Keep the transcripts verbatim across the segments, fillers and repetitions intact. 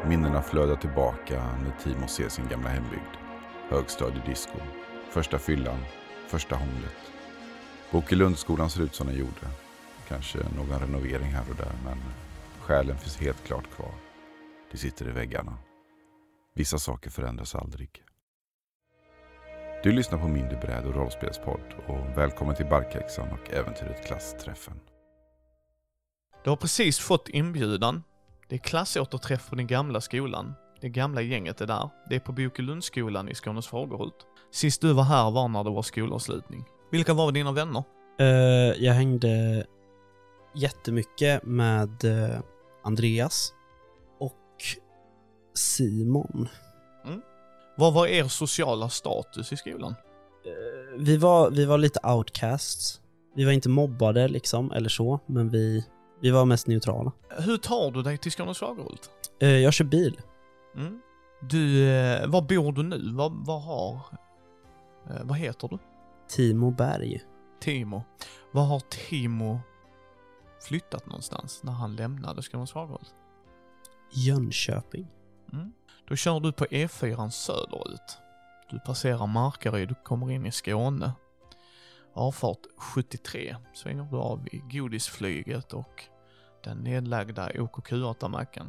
Minnena flödar tillbaka när Timo ser sin gamla hembygd. Högstadiedisco, första fyllan, första hånglet. Bokelundsskolan ser ut som den gjorde. Kanske någon renovering här och där, men själen finns helt klart kvar. Det sitter i väggarna. Vissa saker förändras aldrig. Du lyssnar på Mindre bräd och rollspelspodd och välkommen till Barkhäxan och äventyret Klassträffen. Du har precis fått inbjudan. Det är klassåterträff på den gamla skolan. Det gamla gänget är där. Det är på Bokelundsskolan i Skånes Fagerhult. Sist du var här var när det var skolavslutning. Vilka var dina vänner? Uh, jag hängde jättemycket med uh, Andreas och Simon. Mm. Vad var er sociala status i skolan? Uh, vi, var, vi var lite outcasts. Vi var inte mobbade liksom, eller så, men vi, vi var mest neutrala. Hur tar du dig till Skånes Fagerhult? Uh, jag kör bil. Mm. Du, uh, var bor du nu? Vad, vad har... Uh, vad heter du? Timo Berg. Timo. Var har Timo flyttat någonstans när han lämnade Skånes Fagerhult? Jönköping. Mm. Då kör du på E fyra söderut. Du passerar Markaryd, du kommer in i Skåne. Avfart sjuttiotre svänger du av i Godisflyget och den nedlagda O K Q åtta-macken.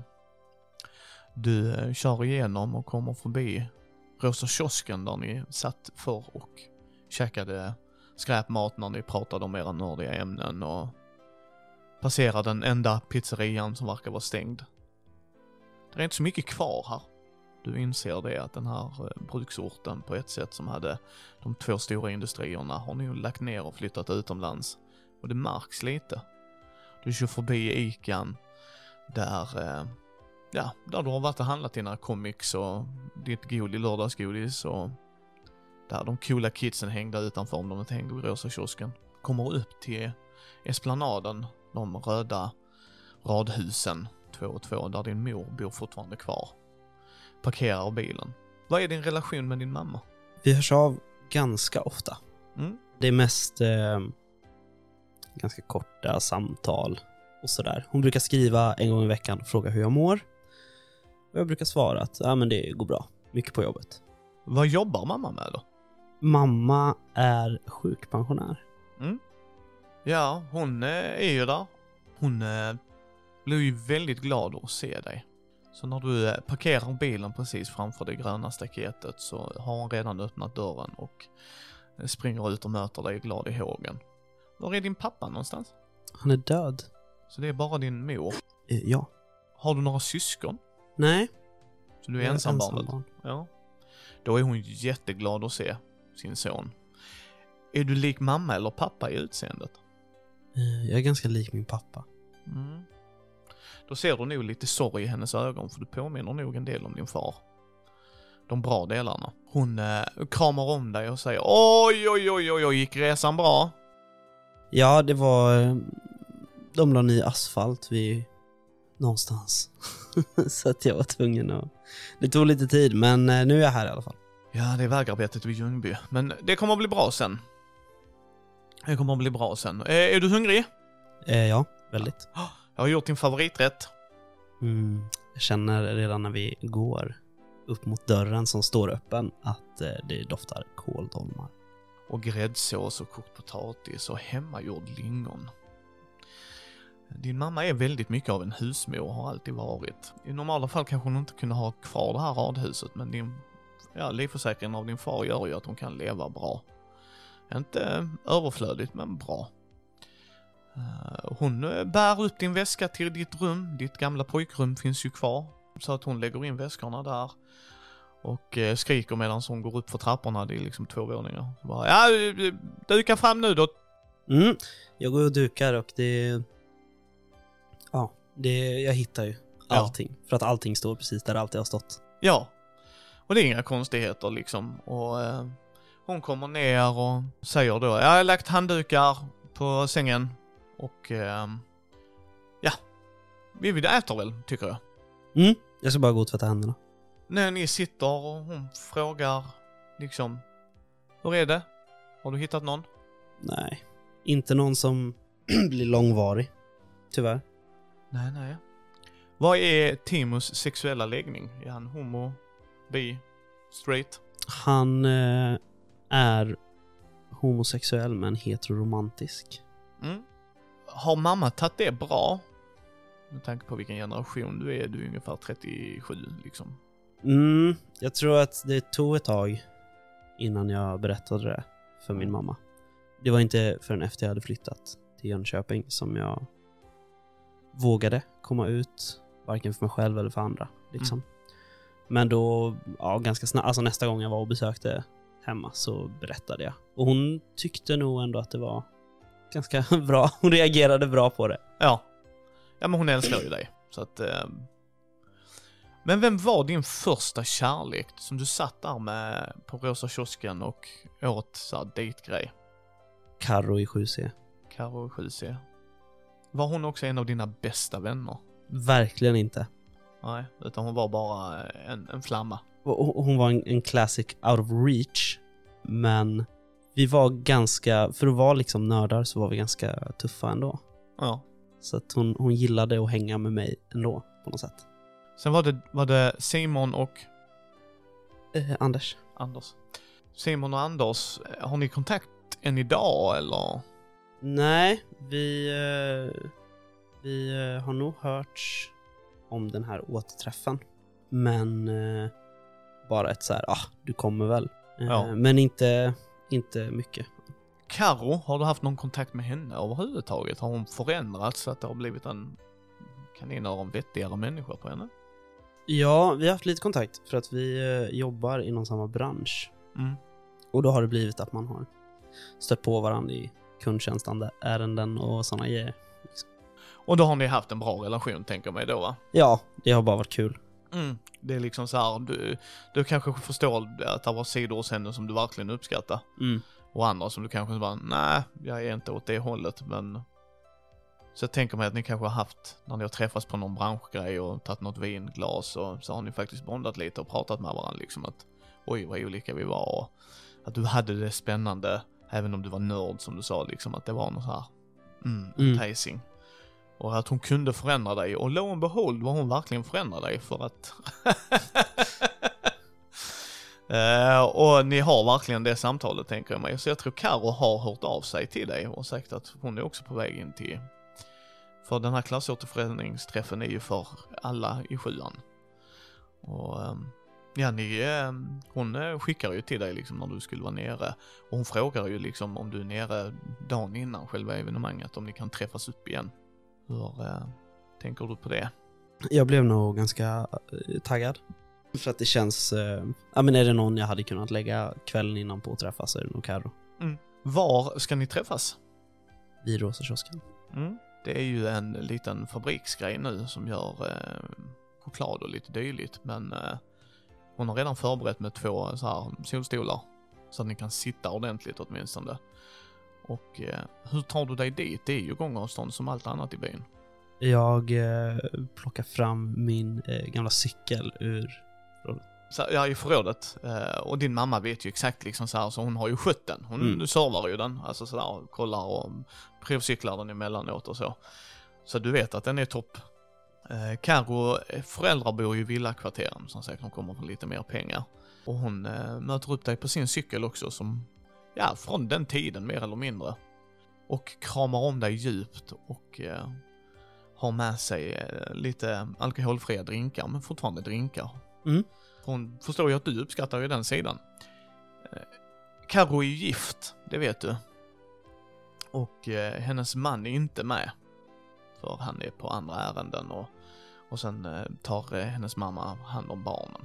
Du eh, kör igenom och kommer förbi Rosa kiosken där ni satt för och käkade skräpmat när ni pratade om era nördiga ämnen och passerar den enda pizzerian som verkar vara stängd. Det är inte så mycket kvar här. Du inser det att den här bruksorten på ett sätt som hade de två stora industrierna har nu lagt ner och flyttat utomlands. Och det märks lite. Du kör förbi Ican där, ja, där du har varit och handlat dina comics och ditt god i lördagsgodis och där de coola kidsen hängde utanför om de inte hängde i Rosa kiosken. Kommer upp till Esplanaden, de röda radhusen två och två där din mor bor fortfarande kvar. Parkerar bilen. Vad är din relation med din mamma? Vi hörs av ganska ofta. Mm. Det är mest eh, ganska korta samtal och sådär. Hon brukar skriva en gång i veckan och fråga hur jag mår. Och jag brukar svara att ja, men det går bra. Mycket på jobbet. Vad jobbar mamma med då? Mamma är sjukpensionär. Mm. Ja, hon är ju där. Hon blir ju väldigt glad att se dig. Så när du parkerar bilen precis framför det gröna staketet så har hon redan öppnat dörren och springer ut och möter dig glad i hågen. Var är din pappa någonstans? Han är död. Så det är bara din mor? Eh, ja. Har du några syskon? Nej. Så du är ensam barnet? Ja. Då är hon jätteglad att se sin son. Är du lik mamma eller pappa i utseendet? Eh, jag är ganska lik min pappa. Mm. Då ser du nog lite sorg i hennes ögon för du påminner nog en del om din far. De bra delarna. Hon eh, kramar om dig och säger oj, oj, oj, oj, oj, gick resan bra? Ja, det var... De la ny asfalt vid någonstans. Så att jag var tvungen att... Det tog lite tid, men nu är jag här i alla fall. Ja, det är vägarbetet vid Ljungby. Men det kommer att bli bra sen. Det kommer att bli bra sen. Eh, är du hungrig? Eh, ja, väldigt. Jag har gjort din favoriträtt. Mm, jag känner redan när vi går upp mot dörren som står öppen att eh, det doftar kåldolmar. Och gräddsås och kokt potatis och hemmagjord lingon. Din mamma är väldigt mycket av en husmor och har alltid varit. I normala fall kanske hon inte kunde ha kvar det här radhuset, men din, ja, livförsäkringen av din far gör ju att hon kan leva bra. Inte överflödigt, men bra. Hon bär upp din väska till ditt rum. Ditt gamla pojkrum finns ju kvar. Så att hon lägger in väskorna där. Och skriker medan hon går upp för trapporna. Det är liksom två våningar. Så bara, ja, duka fram nu då. Mm, jag går och dukar och det... Ja, det, jag hittar ju allting. Ja. För att allting står precis där det alltid har stått. Ja, och det är inga konstigheter liksom. Och eh, hon kommer ner och säger då, jag har lagt handdukar på sängen. Och eh, ja, vi vill äta väl, tycker jag. Mm, jag ska bara gå och tvätta händerna. När ni sitter och hon frågar liksom, hur är det? Har du hittat någon? Nej, inte någon som blir långvarig, tyvärr. Nej, nej. Vad är Timos sexuella läggning? Är han homo, bi, straight? Han eh, är homosexuell men heteroromantisk. Mm. Har mamma tagit det bra? Med tanke på vilken generation du är, du är ungefär trettiosju liksom. Mm, jag tror att det tog ett tag innan jag berättade det för min mamma. Det var inte förrän efter jag hade flyttat till Jönköping som jag vågade komma ut, varken för mig själv eller för andra. Liksom. Mm. Men då, ja, ganska snabbt, alltså nästa gång jag var och besökte hemma så berättade jag. Och hon tyckte nog ändå att det var ganska bra. Hon reagerade bra på det. Ja, ja men hon älskar ju dig. Så att, eh... Men vem var din första kärlek som du satt där med på Rosa kiosken och åt så här dejtgrej? Karo i sju C. Karo i sju C. Var hon också en av dina bästa vänner? Verkligen inte. Nej, utan hon var bara en, en flamma. Och hon var en, en classic out of reach. Men vi var ganska, för att vara liksom nördar så var vi ganska tuffa ändå. Ja. Så att hon, hon gillade att hänga med mig ändå på något sätt. Sen var det, var det Simon och... Eh, Anders. Anders. Simon och Anders, har ni kontakt än idag eller? Nej, vi, eh, vi eh, har nog hört om den här återträffen. Men eh, bara ett så här, ah, du kommer väl. Eh, Ja. Men inte, inte mycket. Karo, har du haft någon kontakt med henne överhuvudtaget? Har hon förändrats så att det har blivit en kaninöron vettigare människa på henne? Ja, vi har haft lite kontakt för att vi eh, jobbar inom samma bransch. Mm. Och då har det blivit att man har stött på varandra i kundtjänstande ärenden och sådana grejer. Liksom. Och då har ni haft en bra relation, tänker jag mig då, va? Ja, det har bara varit kul. Mm. Det är liksom så här, du, du kanske förstår att det var sidor hos henne som du verkligen uppskattar. Mm. Och andra som du kanske bara, nej, jag är inte åt det hållet, men... Så jag tänker mig att ni kanske har haft, när ni har träffats på någon branschgrej och tagit något vinglas och så har ni faktiskt bondat lite och pratat med varandra liksom att oj vad olika vi var och att du hade det spännande även om du var nörd som du sa liksom att det var något så här mm, enticing. Mm. Och att hon kunde förändra dig och lo and behold var hon verkligen förändra dig för att uh, och ni har verkligen det samtalet tänker jag mig. Så jag tror Karo har hört av sig till dig och sagt att hon är också på väg in till. För den här klassåterföreningsträffen är ju för alla i sjuan. Och ja, ni, hon skickar ju till dig liksom när du skulle vara nere. Och hon frågar ju liksom om du är nere dagen innan själva evenemanget, om ni kan träffas upp igen. Hur äh, tänker du på det? Jag blev nog ganska äh, taggad. För att det känns, äh, ja men är det någon jag hade kunnat lägga kvällen innan på att träffas så är det nog Karo. Mm. Var ska ni träffas? Vid Rosa kiosken. Mm. Det är ju en liten fabriksgrej nu som gör eh, choklad och lite dyligt. Men eh, hon har redan förberett med två så här solstolar. Så att ni kan sitta ordentligt åtminstone. Och eh, hur tar du dig dit? Det är ju gångavstånd som allt annat i byn. Jag eh, plockar fram min eh, gamla cykel ur förrådet. Så, ja, i förrådet. Eh, och din mamma vet ju exakt liksom så här, så hon har ju skött den. Hon mm. servar ju den. Alltså sådär, och kollar och provcyklar den emellanåt och så. Så du vet att den är topp. Eh, Karo föräldrar bor ju i villakvarteren som sagt, de kommer från lite mer pengar. Och hon eh, möter upp dig på sin cykel också som, ja, från den tiden mer eller mindre. Och kramar om dig djupt och eh, har med sig eh, lite alkoholfria drinkar, men fortfarande drinkar. Mm. Hon förstår ju att du uppskattar ju den sidan. Eh, Karo är gift, det vet du. Och eh, hennes man är inte med. För han är på andra ärenden och, och sen eh, tar eh, hennes mamma hand om barnen.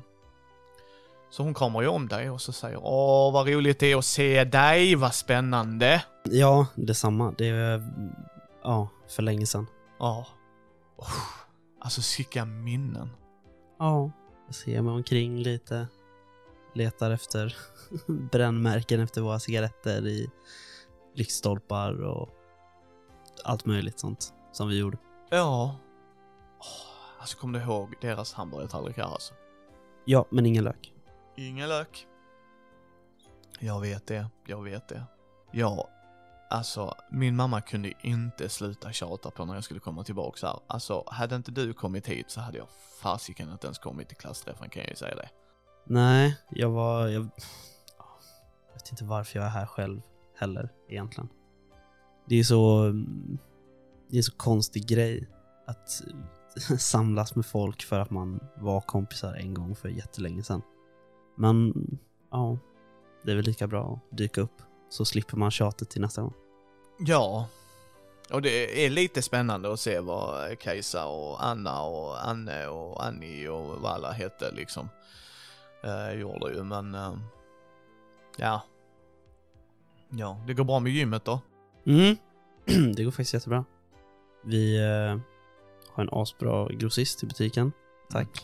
Så hon kommer ju om dig och så säger åh vad roligt det är att se dig, vad spännande. Ja, detsamma. Det är ja, för länge sedan. Ja. Oh, alltså sicka minnen. Ja, jag ser mig omkring lite. Letar efter brännmärken efter våra cigaretter i lyktstolpar och allt möjligt sånt som vi gjorde. Ja. Oh, alltså kommer du ihåg deras hamburgertallrikar alltså? Ja, men ingen lök. Ingen lök. Jag vet det, jag vet det. Ja, Alltså, min mamma kunde inte sluta tjata på när jag skulle komma tillbaka här. Alltså, hade inte du kommit hit så hade jag fasiken inte ens kommit till klassträffen, kan jag ju säga det. Nej, jag var... Jag, jag vet inte varför jag är här själv heller, egentligen. Det är så... Det är en så konstig grej att samlas med folk för att man var kompisar en gång för jättelänge sedan. Men, ja, det är väl lika bra att dyka upp. Så slipper man tjatet till nästa gång. Ja, och det är lite spännande att se vad Kajsa och Anna och Anne och Annie och vad alla hette liksom eh, gjorde ju, men eh, ja. Ja, det går bra med gymmet då. Mm, det går faktiskt jättebra. Vi eh, har en asbra grossist i butiken. Tack.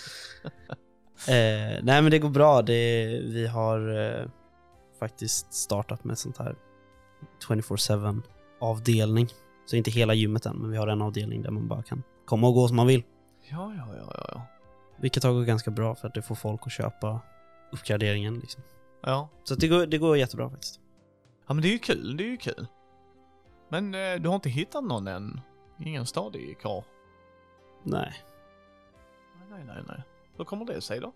eh, nej men det går bra. Det, vi har eh, faktiskt startat med sånt här tjugofyra sju avdelning. Så inte hela gymmet än, men vi har en avdelning där man bara kan komma och gå som man vill. Ja, ja, ja, ja, ja. Vilket har gått ganska bra för att det får folk att köpa uppgraderingen liksom. Ja. Så det går, det går jättebra faktiskt. Ja, men det är ju kul, det är ju kul. Men eh, du har inte hittat någon än? Ingen stadig karl? Nej. Nej, nej, nej, nej. Hur kommer det sig då?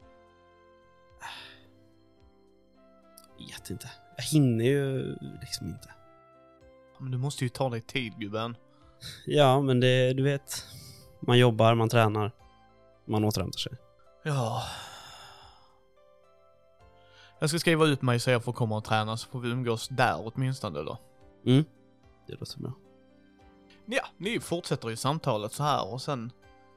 Jag vet inte. Jag hinner ju liksom inte. Ja, men du måste ju ta dig tid, gubben. Ja, men det, du vet. Man jobbar, man tränar. Man återhämtar sig. Ja. Jag ska skriva ut mig så jag får komma och träna, så får vi umgås där åtminstone då. Mm. Det låter bra. Ja, ni fortsätter ju samtalet så här och sen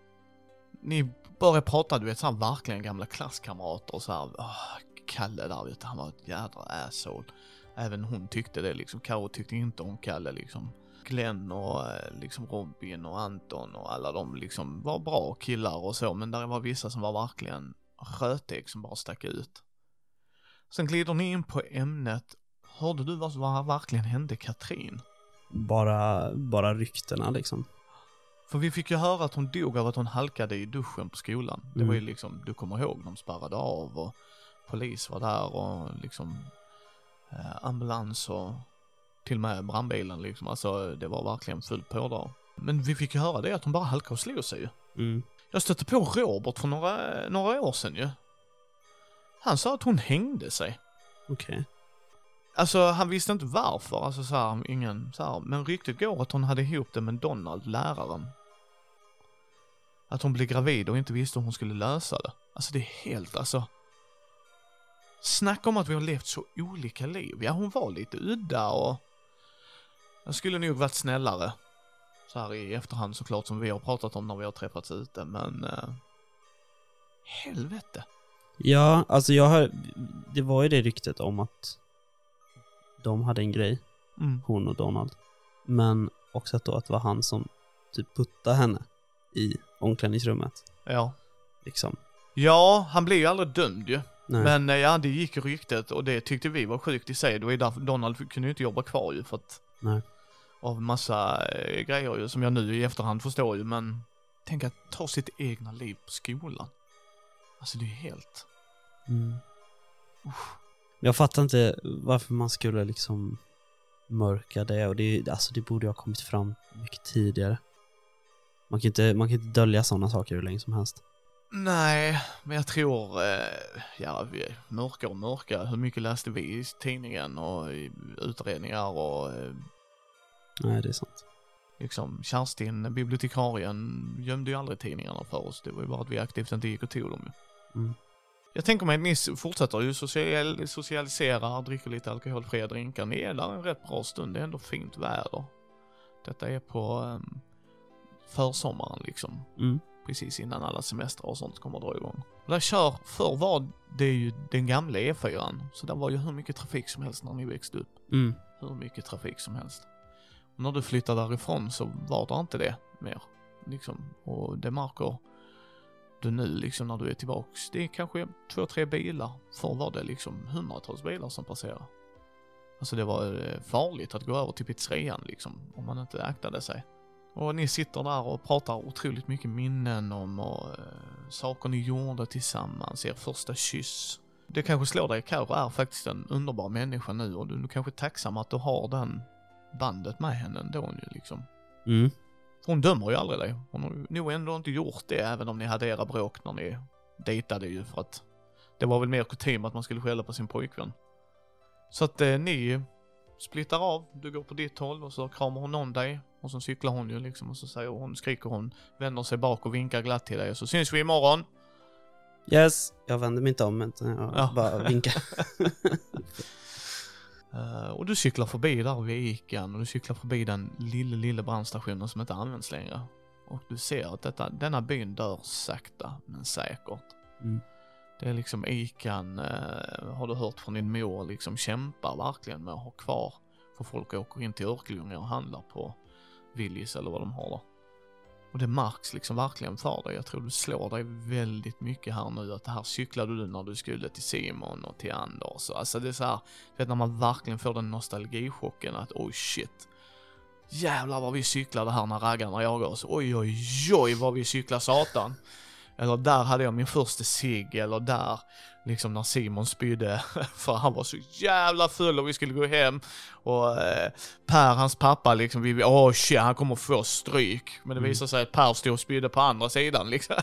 ni börjar prata, du vet, så här verkligen gamla klasskamrater och så här, åh, Kalle där, vet du, han var ett jädra asshole. Även hon tyckte det liksom. Karo tyckte inte om Kalle liksom. Glenn och liksom Robin och Anton och alla de liksom var bra killar och så, men där var vissa som var verkligen rötägg som bara stack ut. Sen glider ni in på ämnet. Hörde du vad som verkligen hände Katrin? Bara, bara ryktena liksom. För vi fick ju höra att hon dog av att hon halkade i duschen på skolan. Det Mm. var ju liksom, du kommer ihåg, de spärrade av och polis var där och liksom eh, ambulans och till och med brandbilen liksom. Alltså det var verkligen fullt på där. Men vi fick ju höra det att hon bara halkade och slog sig ju. Mm. Jag stötte på Robert för några, några år sedan ju. Han sa att hon hängde sig. Okej. Okay. Alltså han visste inte varför, alltså så här, ingen så här, men ryktet går att hon hade ihop det med Donald, läraren. Att hon blev gravid och inte visste hur hon skulle lösa det. Alltså det är helt, alltså. Snacka om att vi har levt så olika liv. Ja, hon var lite udda och jag skulle nog varit snällare. Så här i efterhand såklart, som vi har pratat om när vi har träffats ute, men uh, helvete. Ja, alltså jag har, det var ju det ryktet om att de hade en grej, mm. hon och Donald. Men också att, då att det var han som typ puttade henne i omklädningsrummet. Ja. Liksom. Ja, han blev ju aldrig dömd ju. Nej. Men ja, det gick ryktet och det tyckte vi var sjukt i sig. Det var ju därför Donald kunde ju inte jobba kvar ju för att Nej. av massa eh, grejer ju som jag nu i efterhand förstår ju, men tänk att ta sitt egna liv på skolan. Alltså det är helt... Mm. Jag fattar inte varför man skulle liksom mörka det, och det, alltså det borde ha kommit fram mycket tidigare. Man kan inte, man kan inte dölja sådana saker hur länge som helst. Nej, men jag tror, eh, ja, vi är mörka och mörka. Hur mycket läste vi i tidningen och i utredningar och... Eh, Nej, det är sant. Liksom, Kerstin, bibliotekarien, gömde ju aldrig tidningarna för oss. Det var ju bara att vi aktivt inte gick och tog dem. Mm. Jag tänker mig att ni fortsätter ju social, socialisera, dricker lite alkoholfria drinkar. Ni är där en rätt bra stund, det är ändå fint väder. Detta är på um, försommaren liksom. Mm. Precis innan alla semestrar och sånt kommer att dra igång. Och där kör, förr var det ju den gamla E fyra. Så där var ju hur mycket trafik som helst när ni växte upp. Mm. Hur mycket trafik som helst. Och när du flyttade därifrån så var det inte det mer. Liksom. Och det märker du nu liksom när du är tillbaks. Det är kanske två, tre bilar. Förr var det liksom hundratals bilar som passerar. Alltså det var farligt att gå över till pizzerian liksom. Om man inte aktade sig. Och ni sitter där och pratar otroligt mycket minnen om och, äh, saker ni gjorde tillsammans. Er första kyss. Det kanske slår dig, Karo är faktiskt en underbar människa nu. Och du är kanske tacksam att du har den bandet med henne ändå ju liksom. Mm. Hon dömer ju aldrig dig. Hon har nog ändå inte gjort det, även om ni hade era bråk när ni dejtade ju, för att det var väl mer kutym att man skulle skälla på sin pojkvän. Så att eh, ni splittar av, du går på ditt håll och så kramar hon om dig och så cyklar hon ju liksom och så säger hon, skriker hon, vänder sig bak och vinkar glatt till dig och så syns vi imorgon. Yes, jag vänder mig inte om, utan jag Ja. bara vinkar. Uh, och du cyklar förbi där vid Ican och du cyklar förbi den lilla, lilla brandstationen som inte används längre. Och du ser att detta, denna byn dör sakta men säkert. Mm. Det är liksom Ican, uh, har du hört från din mor, liksom kämpar verkligen med att ha kvar. För folk åker in till Örkelljunga och handlar på Willys eller vad de har där. Och det märks liksom verkligen för dig. Jag tror du slår dig väldigt mycket här nu. Att det här cyklade du när du skulle till Simon och till Anders. Alltså det är så här, vet, när man verkligen får den nostalgichocken att oj shit. Jävlar vad vi cyklade här när raggarna jagade oss. Oj oj oj vad vi cyklar satan. Eller där hade jag min första cigg. Eller där liksom när Simon spydde. För han var så jävla full och vi skulle gå hem. Och eh, Per, hans pappa liksom. Vi, åh oh, shit, han kommer få stryk. Men det Mm. visar sig att Per stod och spydde på andra sidan liksom.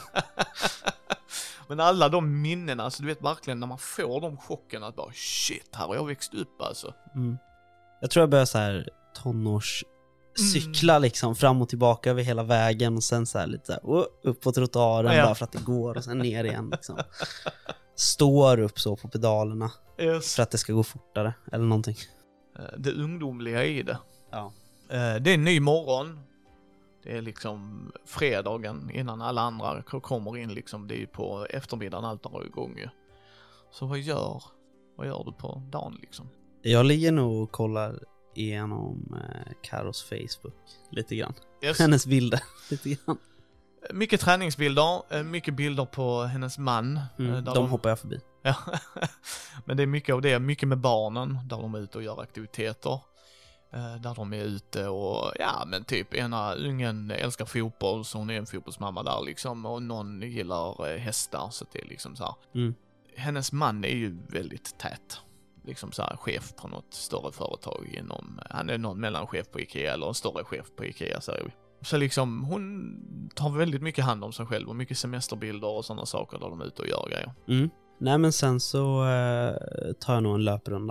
Men alla de minnena, alltså du vet verkligen när man får de chocken att bara shit, här har jag växt upp alltså. Mm. Jag tror jag börjar så här tonårs cykla Mm. liksom fram och tillbaka över hela vägen och sen så här lite så här, oh, upp på trottoaren Ja. bara för att det går och sen ner igen liksom. Står upp så på pedalerna Yes. för att det ska gå fortare eller någonting. Det ungdomliga i det. Ja. Eh, Det är en ny morgon. Det är liksom fredagen innan alla andra k- kommer in liksom. Det är ju på eftermiddagen allt drar igång ju. Så vad gör, vad gör du på dagen liksom? Jag ligger nog och kollar igenom eh, Karos Facebook lite grann. Yes. Hennes bilder lite grann. Mycket träningsbilder, eh, mycket bilder på hennes man. eh, Mm, där de hoppar jag förbi. Ja. Men det är mycket av det, mycket med barnen, där de är ute och gör aktiviteter. Eh, Där de är ute och, ja men typ ena ungen älskar fotboll så hon är en fotbollsmamma där liksom. Och någon gillar eh, hästar så det är liksom så här. Mm. Hennes man är ju väldigt tät. Liksom så här chef på något större företag inom, han är någon mellanchef på Ikea eller en större chef på Ikea säger vi. Så liksom hon tar väldigt mycket hand om sig själv och mycket semesterbilder och sådana saker där de är ute och gör grejer. Mm. Nej men sen så eh, tar jag nog en löprunda.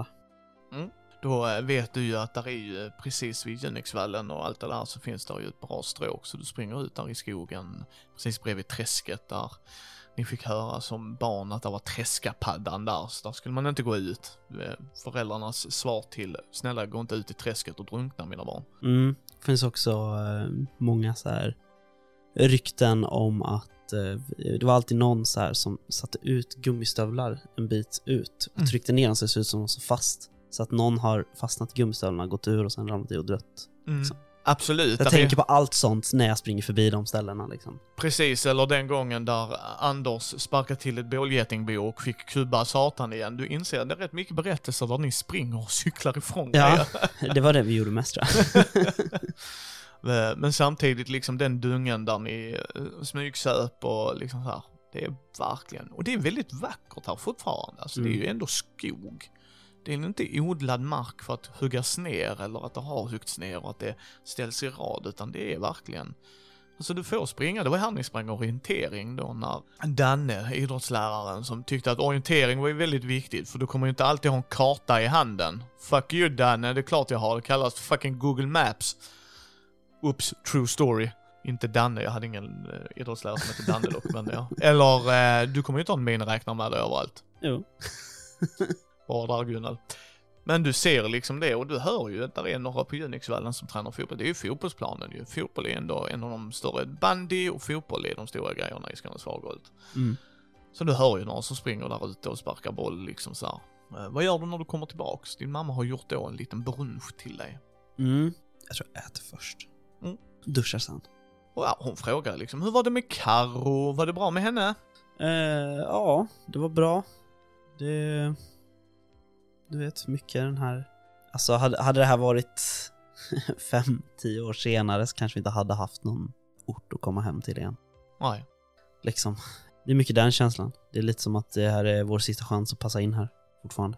Då eh, vet du ju att där är ju precis vid Jönniksvallen och allt det där så finns där ju ett bra stråk så du springer ut där i skogen precis bredvid träsket där ni fick höra som barn att det var träskapaddan där så där skulle man inte gå ut. Eh, Föräldrarnas svar till snälla gå inte ut i träsket och drunkna mina barn. Mm. Det finns också eh, många så här rykten om att eh, det var alltid någon så här som satte ut gummistövlar en bit ut och Mm. tryckte ner dem så det ser ut som de var så fast. Så att någon har fastnat i gummistövlarna, gått ur och sen ramlat i och dött. Mm. Så. Absolut. Jag där tänker är, på allt sånt när jag springer förbi de ställena liksom. precis, eller den gången där Anders sparkade till ett bålgetingbo och fick kubba satan igen. Du inser att det är rätt mycket berättelser där ni springer och cyklar ifrån Ja, grejer. det var det vi gjorde mest tror jag. Men samtidigt liksom den dungen där ni eh, smygsöp och liksom så här. Det är verkligen, och det är väldigt vackert här fortfarande. Alltså det är ju ändå skog. Det är inte odlad mark för att huggas ner eller att det har huggts ner och att det ställs i rad utan det är verkligen, alltså du får springa. Det var här ni sprang orientering då när Danne, idrottsläraren, som tyckte att orientering var ju väldigt viktigt för du kommer ju inte alltid ha en karta i handen. Fuck you Danne, det är klart jag har. Det kallas fucking Google Maps. Oops, true story. Inte Danne, jag hade ingen eh, idrottslärare som heter Danne dock, men ja. Eller, eh, du kommer ju inte ha en miniräknare med dig överallt. Jo. Bara där Gunnel. Men du ser liksom det och du hör ju att det är några på Jönniksvallen som tränar fotboll. Det är ju fotbollsplanen ju. Fotboll är ändå en av de större, bandy och fotboll är de stora grejerna i Skånes Fagerhult. Mm. Så du hör ju någon som springer där ute och sparkar boll liksom så här. Eh, vad gör du när du kommer tillbaks? Din mamma har gjort då en liten brunch till dig. Mm. Jag tror jag äter först. Mm. Duschar sen. Och ja, hon frågar liksom, hur var det med Karo? Var det bra med henne? Eh, ja, det var bra. Det... Du vet, mycket den här... Alltså, hade, hade det här varit fem, tio år senare så kanske vi inte hade haft någon ort att komma hem till igen. Nej. Liksom. Det är mycket den känslan. Det är lite som att det här är vår sista chans att passa in här fortfarande.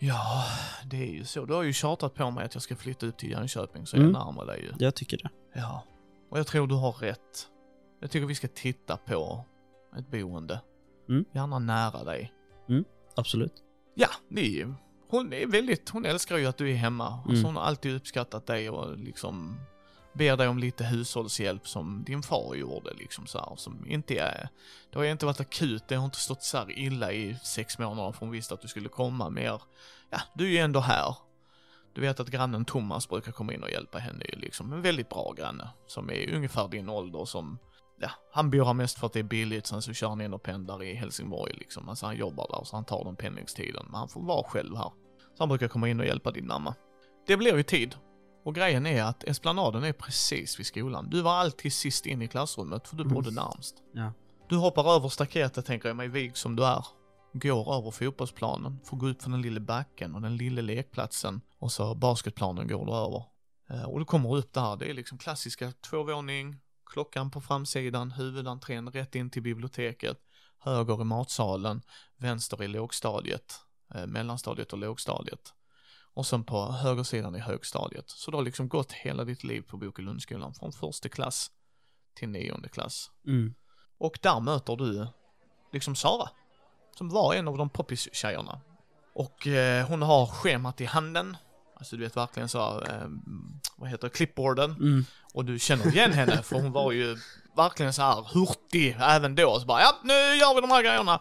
Ja, det är ju så. Du har ju tjatat på mig att jag ska flytta upp till Jönköping så Mm. jag närmar dig ju. Jag tycker det. Ja, och jag tror du har rätt. Jag tycker vi ska titta på ett boende. Mm. Gärna nära dig. Absolut. Ja, det är, hon är väldigt, hon älskar ju att du är hemma. Mm. Alltså hon har alltid uppskattat dig och liksom ber dig om lite hushållshjälp som din far gjorde liksom så här, som inte är, det har ju inte varit akut, det har inte stått så här illa i sex månader för hon visste att du skulle komma mer. Ja, du är ju ändå här. Du vet att grannen Thomas brukar komma in och hjälpa henne ju liksom, en väldigt bra granne som är ungefär din ålder som, ja, han bor här mest för att det är billigt, sen så kör han in och pendlar i Helsingborg liksom, alltså han jobbar där så han tar den pendlingstiden, men han får vara själv här. Så han brukar komma in och hjälpa din mamma. Det blir ju tid. Och grejen är att esplanaden är precis vid skolan. Du var alltid sist in i klassrummet för du bodde Mm. närmst. Ja. Du hoppar över staketet, tänker jag mig, vig som du är. Går över fotbollsplanen, får gå upp för den lilla backen och den lilla lekplatsen. Och så basketplanen går du över. Eh, och du kommer upp där, det är liksom klassiska tvåvåning, klockan på framsidan, huvudentrén rätt in till biblioteket, höger i matsalen, vänster i lågstadiet, eh, mellanstadiet och lågstadiet. Och sen på högersidan i högstadiet. Så du har liksom gått hela ditt liv på Bokelundsskolan från första klass till nionde klass. Mm. Och där möter du liksom Sara, som var en av de poppis-tjejerna. Och eh, hon har schemat i handen. Alltså du vet verkligen så här, eh, vad heter det, clipboarden. Mm. Och du känner igen henne för hon var ju verkligen så här hurtig även då. Så bara, ja, nu gör vi de här grejerna.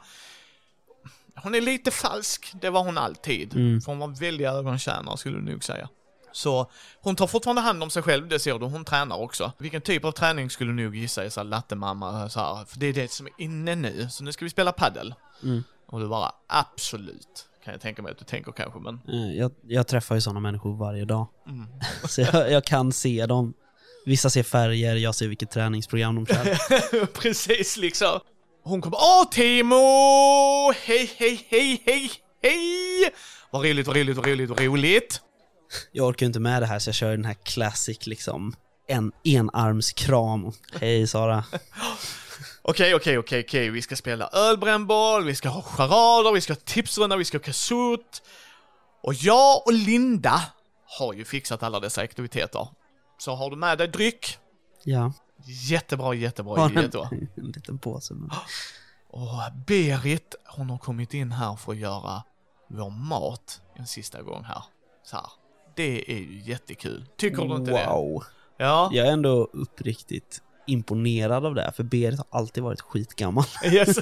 Hon är lite falsk, det var hon alltid. Mm. För hon var väldigt ögontjänare skulle du nog säga. Så hon tar fortfarande hand om sig själv, det ser du, hon tränar också. Vilken typ av träning skulle du nog gissa är så här lattemamma så här, för det är det som är inne nu. Så nu ska vi spela paddel. Mm. Och du bara, absolut, kan jag tänka mig att du tänker kanske, men... Eh, Jag, jag träffar ju sådana människor varje dag. Mm. Så jag, jag kan se dem. Vissa ser färger, jag ser vilket träningsprogram de kör. Precis liksom. Hon kommer, åh Timo! Hej, hej, hej, hej, hej! Vad roligt, vad roligt, vad roligt, vad roligt. Jag orkar inte med det här så jag kör den här classic liksom en enarmskram. Hej Sara. Okej, okej, okej, okej. Vi ska spela ölbrännboll, vi ska ha charader, vi ska ha tipsrunda, vi ska ha kasut. Och jag och Linda har ju fixat alla dessa aktiviteter. Så har du med dig dryck? Ja. Jättebra, jättebra, Har en, jättebra. en liten påse. Men... Och Berit, hon har kommit in här för att göra vår mat en sista gång här. Så här. Det är ju jättekul. Tycker du inte det? Wow. Ja. Jag är ändå uppriktigt imponerad av det. För Berit har alltid varit skitgammal. Yes.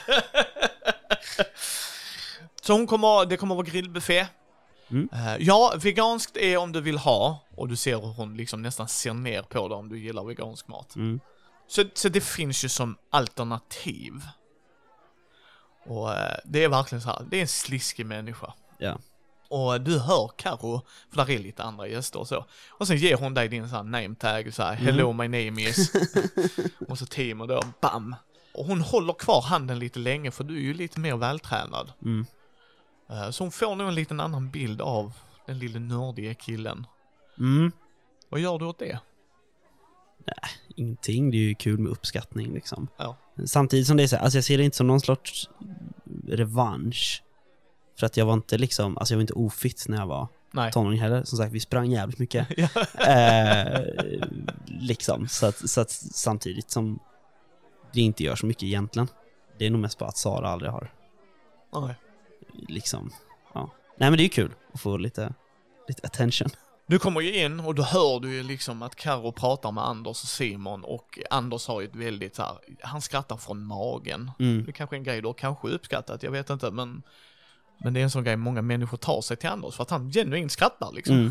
Så hon kommer, det kommer vara grillbuffé. Mm. Uh, ja, veganskt är om du vill ha. Och du ser hur hon liksom nästan ser ner på det om du gillar vegansk mat. Mm. Så, så det finns ju som alternativ. Och uh, det är verkligen så här, det är en sliskig människa. Ja. Och du hör Karo, för där är lite andra gäster och så. Och sen ger hon dig din sån här name tag, så här, hello my name is. Och så Timo då, bam. Och hon håller kvar handen lite länge för du är ju lite mer vältränad. Mm. Uh, så hon får nog en liten annan bild av den lilla nördiga killen. Mm. Vad gör du åt det? Nej, ingenting. Det är ju kul med uppskattning liksom. Ja. Samtidigt som det är så här, alltså jag ser det inte som någon sorts revansch. För att jag var inte liksom, alltså jag var inte ofit när jag var Nej. tonåring heller. Som sagt, vi sprang jävligt mycket. Ja. eh, liksom, så att, så att samtidigt som det inte gör så mycket egentligen. Det är nog mest bara att Sara aldrig har Nej. liksom, ja. Nej men det är ju kul att få lite, lite attention. Du kommer ju in och då hör du ju liksom att Karo pratar med Anders och Simon och Anders har ju ett väldigt så här, han skrattar från magen. Mm. Det är kanske en grej du har kanske uppskattat, jag vet inte, men men det är en sån grej många människor tar sig till Anders för att han genuint skrattar liksom. Mm.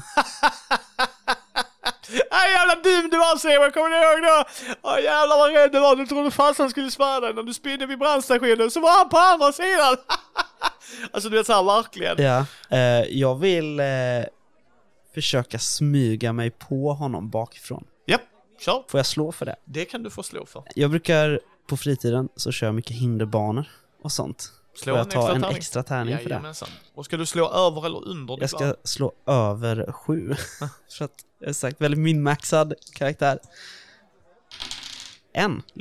Aj, jävla dum du var, Simon, kommer du ihåg då? Åh jävlar vad rädd du var, du trodde farsan skulle spöra dig när du spydde vid brandstationen, så var han på andra sidan. Alltså du vet så här, verkligen. Ja, eh, jag vill eh, försöka smyga mig på honom bakifrån. Japp, kör. Får jag slå för det? Det kan du få slå för. Jag brukar på fritiden så kör jag mycket hinderbanor och sånt. Slå Får jag en ta extra en tärning. extra tärning för det? Jajamensan. Och ska du slå över eller under? Jag ska slå över sju. Så att jag har sagt väldigt minmaxad karaktär. En lyckad.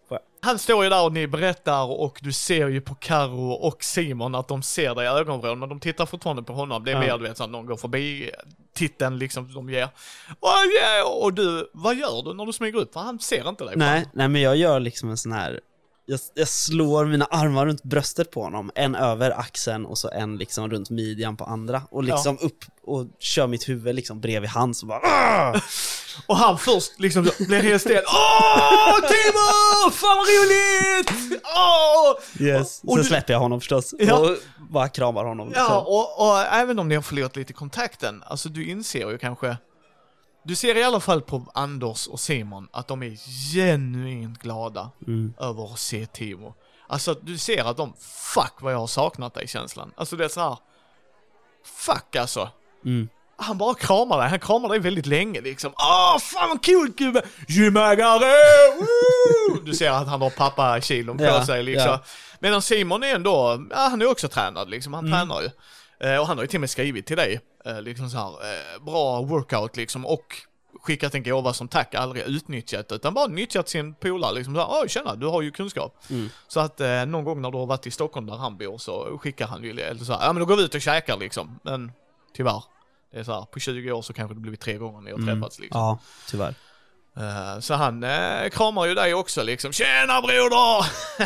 Han står ju där och ni berättar och du ser ju på Karo och Simon att de ser dig i ögonvrån, men de tittar fortfarande på honom. Det är ja. mer, du vet, så att någon går förbi titeln liksom de ger. Och, yeah, och du, vad gör du när du smyger ut? För han ser inte dig. Nej, nej, men jag gör liksom en sån här, jag, jag slår mina armar runt bröstet på honom, en över axeln och så en liksom runt midjan på andra. Och liksom ja. upp och kör mitt huvud liksom bredvid hans och bara Arr! Och han först liksom blir helt stel. Åh, Timo! Fan vad roligt! Åh! Yes. Och sen du... släpper jag honom förstås. Ja. Och bara kramar honom. Ja, och, och även om ni har förlorat lite kontakten, alltså du inser ju kanske, du ser i alla fall på Anders och Simon att de är genuint glada mm. över att se Timo. Alltså du ser att de, fuck vad jag har saknat dig känslan. Alltså det är så här, fuck alltså. Mm. Han bara kramar dig, han kramar dig väldigt länge liksom. Åh, fan vad kul gubbe! Jymagare! Du ser att han har pappa-kilon på ja, sig liksom. Ja. Medan Simon är ändå, ja, han är också tränad liksom, han mm. tränar ju. Eh, och han har ju till och med skrivit till dig, eh, liksom så här, eh, bra workout liksom, och skickat en gåva som tack, aldrig utnyttjat utan bara nyttjat sin polare liksom så här, åh tjena, du har ju kunskap. Mm. Så att eh, någon gång när du har varit i Stockholm där han bor så skickar han ju, eller så här, ja men då går vi ut och käkar liksom, men tyvärr. Det är så här, på tjugo år så kanske det blivit tre gånger ni har träffats liksom. Ja, tyvärr. Uh, så han uh, kramar ju dig också liksom. Tjena broder!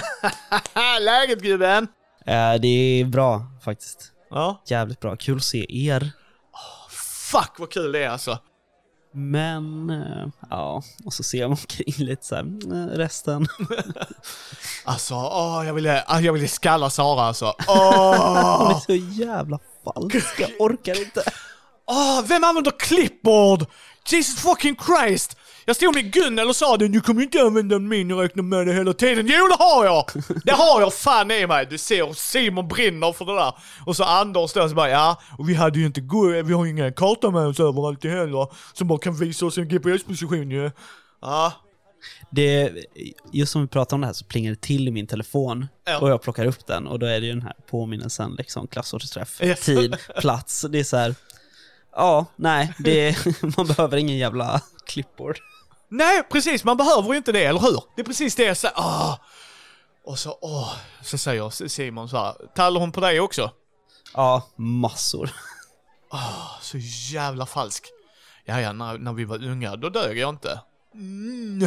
Läget gubben? Uh, det är bra faktiskt. Ja. Jävligt bra, kul att se er. Oh, fuck vad kul det är alltså. Men, uh, ja, och så ser man omkring lite så här, uh, resten. Alltså, åh, oh, jag ville jag ville skalla Sara alltså. Oh! Hon är så jävla falsk, jag orkar inte. Åh, oh, vem använder clipboard? Jesus fucking Christ! Jag stod med Gunnel och sa det, du kommer inte använda min och räkna med det hela tiden. Jo, det har jag! Det har jag fan i mig. Du ser, Simon brinner för det där. Och så Anders där så bara, ja, och vi hade ju inte gå, vi har ju ingen karta med oss överallt heller som bara kan visa oss en G P S-position ju. Ja. Det, just som vi pratar om det här så plingar det till i min telefon ja. Och jag plockar upp den och då är det ju den här påminnelsen liksom, klassårsträff, yes. Tid, plats. Det är så här. Ja, nej, det, man behöver ingen jävla clipboard. Nej, precis, man behöver ju inte det, eller hur? Det är precis det jag säger. Åh. Och så, åh, så säger Simon så här, talar hon på dig också? Ja, massor. Åh, så jävla falsk. Ja, ja, när, när vi var unga, då dög jag inte. Mm.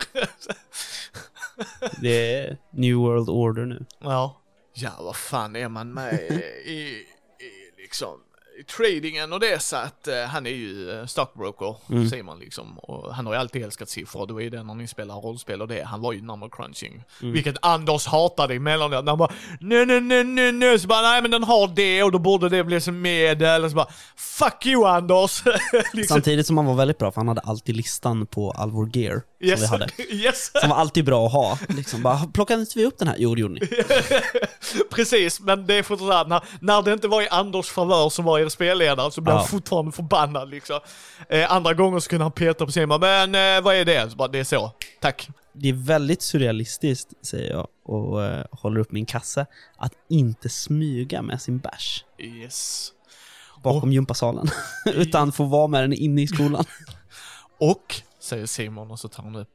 Det är New World Order nu. Ja, ja, vad fan är man med i, i liksom... tradingen och det så att uh, han är ju stockbroker, mm. Simon liksom, och han har ju alltid älskat siffror. Det var ju det när ni spelar rollspel och det, han var ju number crunching, mm. vilket Anders hatade emellan det, när han bara nej nej nej nej nej så bara nej men den har det och då borde det bli som medel och så bara fuck you Anders. Liksom. Samtidigt som han var väldigt bra för han hade alltid listan på all vår gear som yes. vi hade. Yes. Som var alltid bra att ha liksom, bara plockade inte vi upp den här? Jo, det gjorde ni. Precis, men det är fortfarande när, när det inte var i Anders favör som var er spelledare så blev ja. han fortfarande förbannad liksom. Eh, andra gånger så kunde han peta på sig men eh, vad är det? Så bara, det är så, tack. Det är väldigt surrealistiskt, säger jag och eh, håller upp min kasse, att inte smyga med sin bärs. Yes. Bakom och... gympasalen. Utan få vara med den inne i skolan. Och, säger Simon och så tar han upp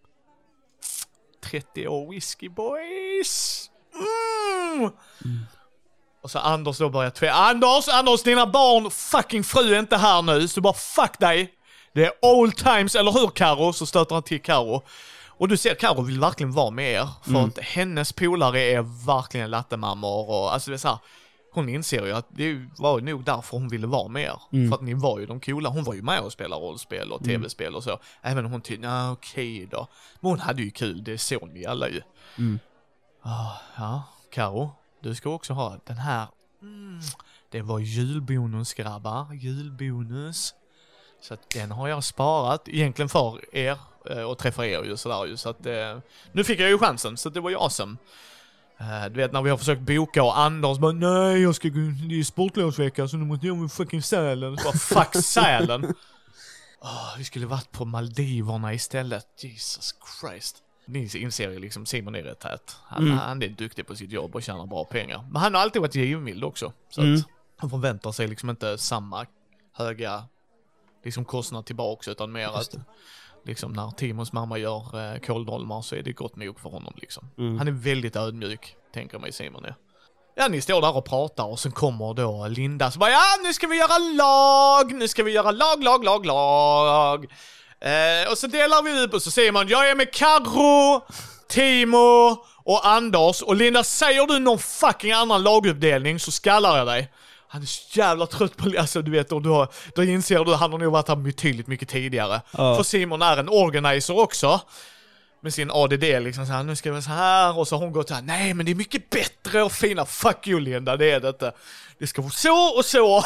trettio år whisky boys. Mm. Mm. Och så Anders då börjar tvä. Anders, Anders, dina barn, fucking fru är inte här nu. Så bara fuck dig. Det är old times, eller hur Karo? Så stöter han till Karo. Och du ser, Karo vill verkligen vara med er. För mm. att hennes polare är verkligen lattemammor. Och, alltså det är så här, hon inser ju att det var nog därför hon ville vara med er. Mm. För att ni var ju de coola. Hon var ju med och spelade rollspel och tv-spel och så. Även om hon tyckte, ja okej då. Men hon hade ju kul, det såg ni alla ju. Mm. Oh, ja, Karo. Du ska också ha den här. Mm, det var julbonus grabbar. Julbonus. Så att den har jag sparat. Egentligen för er. Och träffa er ju sådär ju. Så att eh, nu fick jag ju chansen. Så det var ju awesome. Eh, du vet när vi har försökt boka och Anders bara nej jag ska gå. Det är sportlovsvecka så nu måste jag med fucking Sälen. Så bara fuck Sälen. Oh, vi skulle varit på Maldiverna istället. Jesus Christ. Ni inser ju liksom Simon är rätt tät. Han, mm. han är duktig på sitt jobb och tjänar bra pengar. Men han har alltid varit givmild också. Så mm. att han förväntar sig liksom inte samma höga liksom kostnad tillbaka utan mer att Liksom när Timos mamma gör eh, kåldolmar så är det gott nog för honom liksom. Mm. Han är väldigt ödmjuk, tänker mig Simon är. Ja, ni står där och pratar och sen kommer då Linda så bara, ja, nu ska vi göra lag, nu ska vi göra lag, lag, lag, lag. Eh, och så delar vi upp och så säger man, jag är med Karro, Timo och Anders. Och Linda, säger du någon fucking annan laguppdelning så skallar jag dig. Han är så jävla trött på, alltså du vet, och då, då inser du, han har nog varit här betydligt mycket tidigare. Ja. För Simon är en organizer också. Med sin A D D liksom så här, nu ska vi så här. Och så har hon gått så här, nej men det är mycket bättre och fina. Fuck you Linda, det är det inte. Det ska vara så och så.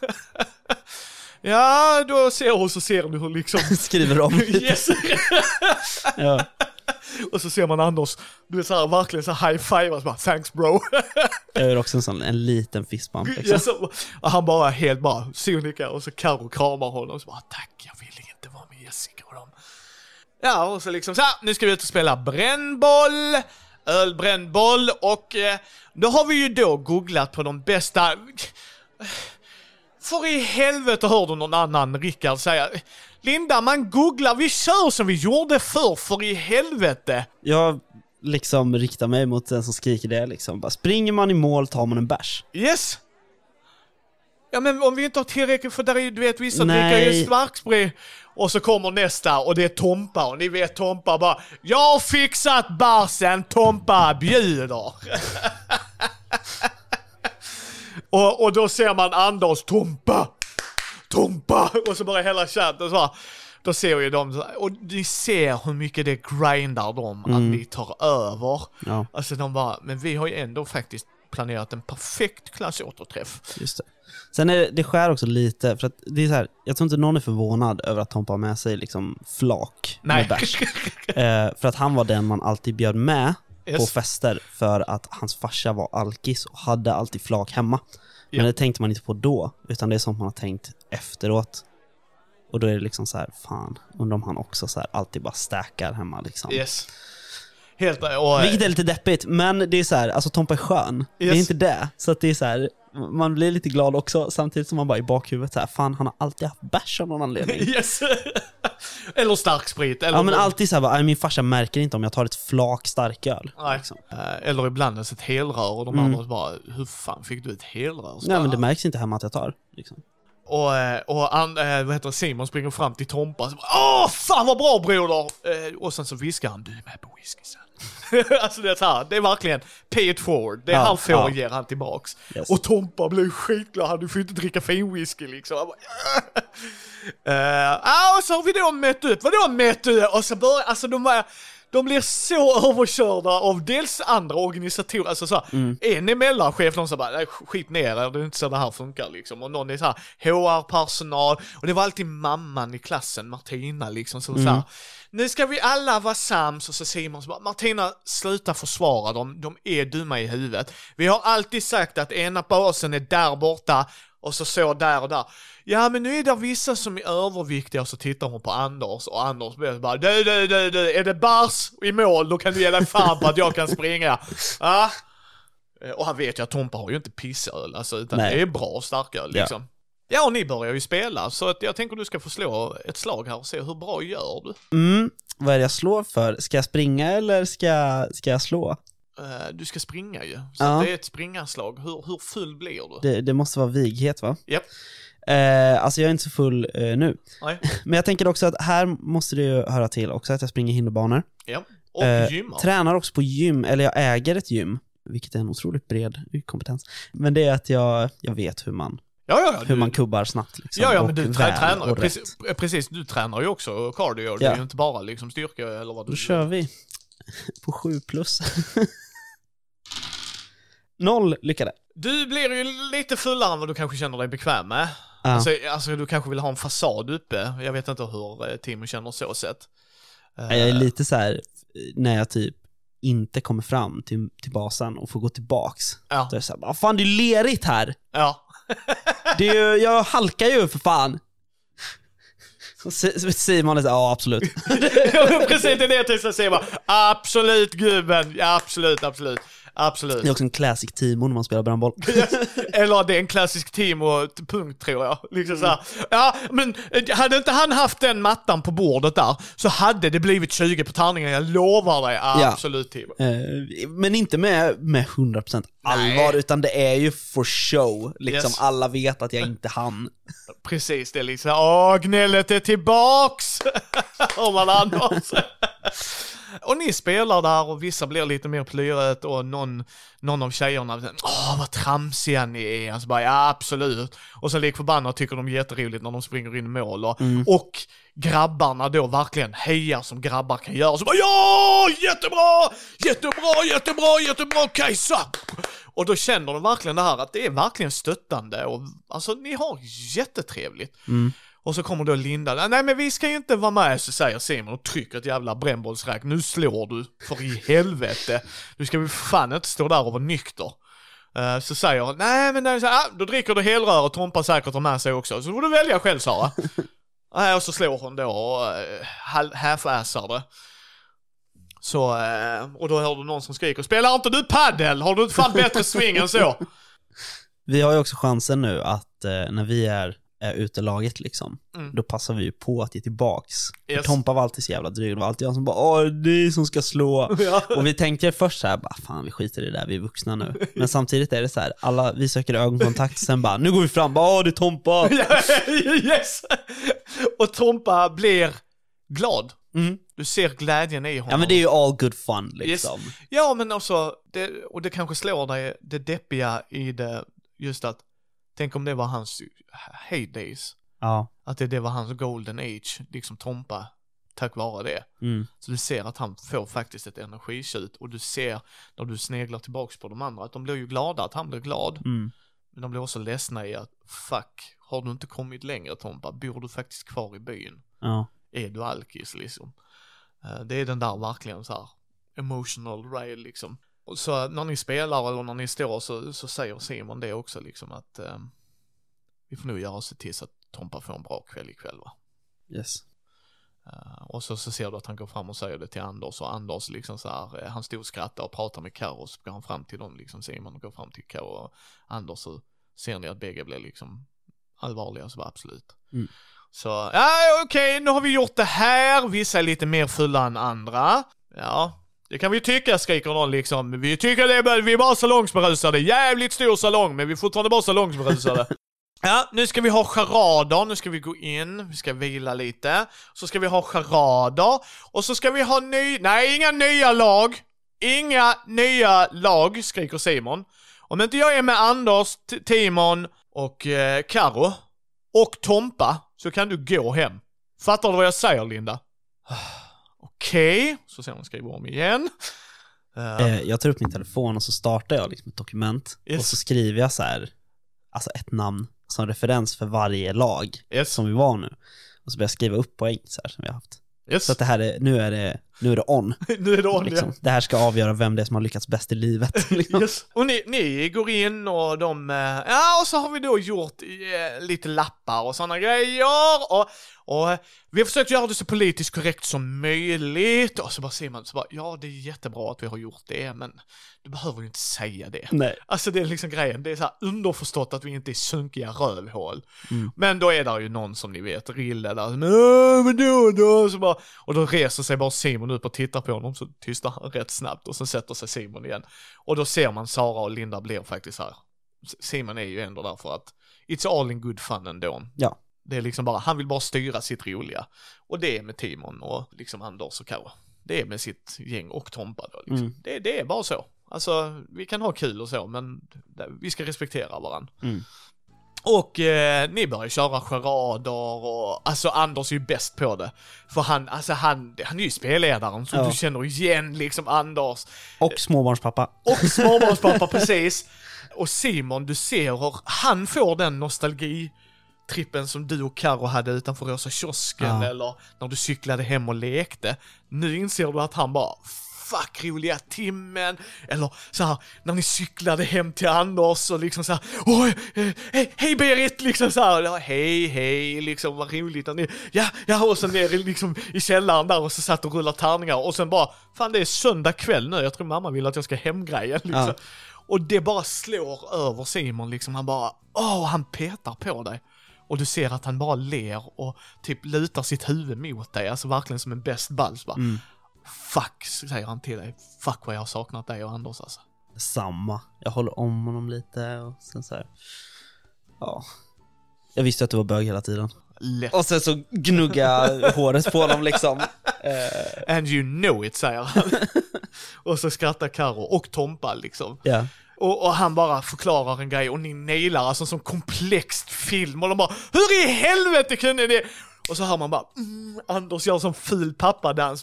Ja, då ser hon så ser du hur liksom skriver om lite. Yes. Ja. Och så ser man Anders, du är så här, verkligen så här high five och så bara, thanks bro. Jag gör också en sån, en liten fistbump liksom. Yes, och han bara helt bara sonika och så Karo kramar honom och så bara, tack, jag vill inte vara med Jessica och dem. Ja, och så liksom så här, nu ska vi ut och spela brännboll, ölbrännboll och eh, då har vi ju då googlat på de bästa. För i helvete hör du någon annan Rickard säga, Linda, man googlar, vi kör som vi gjorde förr, för i helvete. Jag liksom riktar mig mot den som skriker det liksom. Bara, springer man i mål tar man en bärs. Yes. Ja, men om vi inte har tillräckligt, för där är du vet vissa dricker ju starksprit. Och så kommer nästa och det är Tompa. Och ni vet Tompa bara, jag har fixat bärsen, Tompa bjuder. och, och då ser man Anders, Tompa, Tompa. Och så bara hela chatten så här. Då ser ju de, och ni ser hur mycket det grindar dem mm. att vi tar över. Ja. Alltså de bara, men vi har ju ändå faktiskt planerat en perfekt klassåterträff. Just det. Sen är det, det skär också lite, för att det är så här, jag tror inte någon är förvånad över att Tompa har med sig liksom flak Nej. med bärs. eh, för att han var den man alltid bjöd med yes. på fester för att hans farsa var alkis och hade alltid flak hemma. Men ja. Det tänkte man inte på då, utan det är sånt man har tänkt efteråt. Och då är det liksom så här, fan, undrar om han också så här alltid bara stackar hemma liksom. Yes. Helt, och, vilket är lite deppigt, men det är så här, alltså Tompa är skön. Yes. Det är inte det. Så att det är så här, man blir lite glad också, samtidigt som man bara i bakhuvudet så här, fan, han har alltid haft bärs av någon anledning. Yes. Eller starksprit. Eller ja, men alltid så här, min farsa märker inte om jag tar ett flak starköl. Nej. Liksom. Eller ibland ett helrör och de mm. andra bara, hur fan fick du ett helrör? Nej, men det märks inte hemma att jag tar, liksom. Och, och an, vad heter det, Simon springer fram till Tompa och så bara, åh, fan vad bra broder! Och sen så viskar han, du är med på whisky sen. Alltså det är så här, det är verkligen pay it forward. Det är ja, han får ja. ger han tillbaks. Yes. Och Tompa blev skitglad, han du får inte dricka fin whisky liksom. Han bara, uh, ah, och så har vi då mätt upp, vadå mätt upp? Och så börjar, alltså de var... De blir så överkörda av dels andra organisatorer, alltså såhär, mm. en emellanchef, någon så bara, nej, skit ner er, det är inte så det här funkar liksom, och någon är såhär, H R-personal, och det var alltid mamman i klassen, Martina liksom, så, mm. så här, nu ska vi alla vara sams, och så säger man så bara, Martina, sluta försvara dem, de är dumma i huvudet, vi har alltid sagt att ena basen är där borta, och så så där och där. Ja, men nu är det vissa som är överviktiga, och så tittar hon på Anders, och Anders blir bara, du, du, du, du, är det bars i mål, då kan du ge dig fan på att jag kan springa. Ja. Och han vet ju att Tompa har ju inte pissöl, alltså, utan Nej. det är bra starköl liksom. Ja. ja, och ni börjar ju spela, så att jag tänker du ska få slå ett slag här och se hur bra gör du. Mm, vad är det jag slår för? Ska jag springa eller ska, ska jag slå? Uh, du ska springa ju, så ja. det är ett springarslag. Hur, hur full blir du? Det, det måste vara vighet, va? Japp. Yep. Uh, alltså jag är inte så full uh, nu. Nej. Men jag tänker också att här måste det ju höra till också att jag springer hinderbanor. Ja, och uh, gymmar. Tränar också på gym, eller jag äger ett gym, vilket är en otroligt bred kompetens. Men det är att jag, jag vet hur man Ja, ja, ja, hur du, man kubbar snabbt liksom, ja, ja, men du trä, tränar precis, precis, du tränar ju också cardio, ja. Det är ju inte bara liksom styrka eller vad du. Då kör vi på sju plus. Noll lyckade. Du blir ju lite fullare än vad du kanske känner dig bekväm med. Ja. Alltså, alltså du kanske vill ha en fasad uppe. Jag vet inte hur eh, Timo känner så sett. Jag är lite så här när jag typ inte kommer fram till, till basen och får gå tillbaks. Ja. Då är det så här, vad fan, det är lerigt här. Ja. Det är ju, jag halkar ju för fan. Simon är så, ja absolut. Precis, det är det till Simon. Absolut gubben, ja, absolut, absolut. Absolut. Det är också en classic Timo när man spelar brandboll. Yes. Eller det är en klassisk Timo punkt tror jag. Liksom mm. så här. Ja, men hade inte han haft den mattan på bordet där så hade det blivit tjugo på tärningen. Jag lovar dig. Absolut Timo. Ja. Eh, men inte med, med hundra procent allvar. Nej. Utan det är ju for show. Liksom yes. Alla vet att jag inte hann. Precis, det är liksom åh, gnället är tillbaks. Om man annars. Och ni spelar där och vissa blir lite mer plyret och någon, någon av tjejerna åh vad tramsiga ni är. Alltså bara, ja absolut. Och så lik förbannat tycker de är jätteroligt när de springer in i mål. Och, mm. och grabbarna då verkligen hejar som grabbar kan göra. Så bara, ja jättebra, jättebra, jättebra, jättebra Kajsa. Och då känner de verkligen det här att det är verkligen stöttande. Och alltså ni har jättetrevligt. Mm. Och så kommer då Linda, nej men vi ska ju inte vara med, så säger Simon och trycker ett jävla brännbollsräk. Nu slår du, för i helvete. Du ska väl fan inte stå där och vara nykter. Uh, så säger hon, nej men nej, så, ah, då dricker du helrör och Tompa säkert har med sig också. Så får du välja själv, Sara. uh, och så slår hon då och uh, half-assar det. Så, uh, och då hör du någon som skriker, spelar inte du paddel? Har du inte fan bättre swing än så? Vi har ju också chansen nu att uh, när vi är är utelaget liksom. Mm. Då passar vi ju på att ge tillbaks. Yes. Tompa var alltid så jävla dryg. Det var alltid jag som bara, åh, det är som ska slå. Ja. Och vi tänkte först så här, bara, fan vi skiter i det där, vi är vuxna nu. Men samtidigt är det så här, alla, vi söker ögonkontakt, sen bara, nu går vi fram, bara, åh det är Tompa. Yes! Och Tompa blir glad. Mm. Du ser glädjen i honom. Ja men det är ju all good fun liksom. Yes. Ja men också, det, och det kanske slår dig, det deppiga i det, just att tänk om det var hans heydays. Ja. Att det, det var hans golden age, liksom Tompa, tack vare det. Mm. Så du ser att han får faktiskt ett energitjut. Och du ser, när du sneglar tillbaks på de andra, att de blir ju glada att han blir glad. Mm. Men de blir också ledsna i att, fuck, har du inte kommit längre Tompa? Bor du faktiskt kvar i byn? Ja. Är du alkis liksom? Det är den där verkligen så här emotional rail liksom. Så när ni spelar eller när ni står så, så säger Simon det också liksom att eh, vi får nog göra oss till så att Tompa får en bra kväll ikväll va? Yes. Uh, och så, så ser du att han går fram och säger det till Anders och Anders liksom så här, eh, han stod och skrattade och pratade med Karo och så går han fram till dem liksom, Simon och går fram till Karo och Anders så ser ni att bägge blir liksom allvarliga så var absolut. Mm. Så, ja okej, okay, nu har vi gjort det här, vissa är lite mer fulla än andra. Ja. Det kan vi tycka, skriker någon liksom. Vi tycker det är, vi är bara salongsberusade. Jävligt stor salong, men vi är fortfarande bara salongsberusade. Ja, nu ska vi ha charader. Nu ska vi gå in. Vi ska vila lite. Så ska vi ha charader. Och så ska vi ha ny... Nej, inga nya lag. Inga nya lag, skriker Simon. Om inte jag är med Anders, T- Timon och eh, Karo och Tompa så kan du gå hem. Fattar du vad jag säger, Linda? Okej, okay. Så ser man skriva om igen. Uh. Eh, jag tar upp min telefon och så startar jag liksom ett dokument. Yes. Och så skriver jag så här, alltså ett namn som referens för varje lag yes. som vi var nu. Och så börjar jag skriva upp poäng så här som vi har haft. Yes. Så att det här är, nu är det, nu är det on. nu är det on, liksom. Ja. Det här ska avgöra vem det är som har lyckats bäst i livet. Liksom. Yes. Och ni, ni går in och de, ja och så har vi då gjort eh, lite lappar och sådana grejer och, och vi har försökt göra det så politiskt korrekt som möjligt och så bara ser man så bara, ja det är jättebra att vi har gjort det men du behöver ju inte säga det. Nej. Alltså det är liksom grejen, det är så här underförstått att vi inte är sunkiga rövhål. Mm. Men då är där ju någon som ni vet, Rille där, men vadå då? Så bara, och då reser sig bara Simon upp och tittar på honom så tystar han rätt snabbt och så sätter sig Simon igen. Och då ser man Sara och Linda blir faktiskt här. Simon är ju ändå där för att it's all in good fun ändå. Ja. Det är liksom bara, han vill bara styra sitt roliga. Och det är med Timon och liksom Anders och Karo. Det är med sitt gäng och Tompa då liksom. Mm. Det, det är bara så. Alltså, vi kan ha kul och så, men vi ska respektera varandra. Mm. Och eh, ni börjar köra charader och alltså Anders är ju bäst på det. För han, alltså han, han är ju spelledaren så ja. Du känner igen liksom Anders. Och småbarnspappa. Och småbarnspappa, precis. Och Simon, du ser hur han får den nostalgi trippen som du och Karo hade utanför Rosa kiosken ja. Eller när du cyklade hem och lekte. Nu inser du att han bara fuck roliga timmen. Eller så här, när ni cyklade hem till Anders och liksom så här, oj, hej, hej Berit, liksom så här, hej, hej, liksom vad roligt. Ni, ja, ja, och sen ner liksom i källaren där och så satt och rullade tärningar och sen bara, fan det är söndag kväll nu, jag tror mamma vill att jag ska hemgreja liksom. Ja. Och det bara slår över Simon liksom, han bara, åh, han petar på dig. Och du ser att han bara ler och typ lutar sitt huvud mot dig, alltså verkligen som en best buds bara. Mm. Fuck, säger han till dig. Fuck vad jag har saknat dig och Anders alltså. Samma. Jag håller om honom lite och sen så här. Ja. Jag visste att du var bög hela tiden. Lätt. Och sen så gnugga håret på honom liksom. And you know it, säger han. Och så skrattar Karo och Tompa liksom. Ja. Yeah. Och, och han bara förklarar en grej och ni nailar alltså som komplext film och de bara, hur i helvete kunde det? Och så hör man bara, mm, Anders gör som ful pappadans,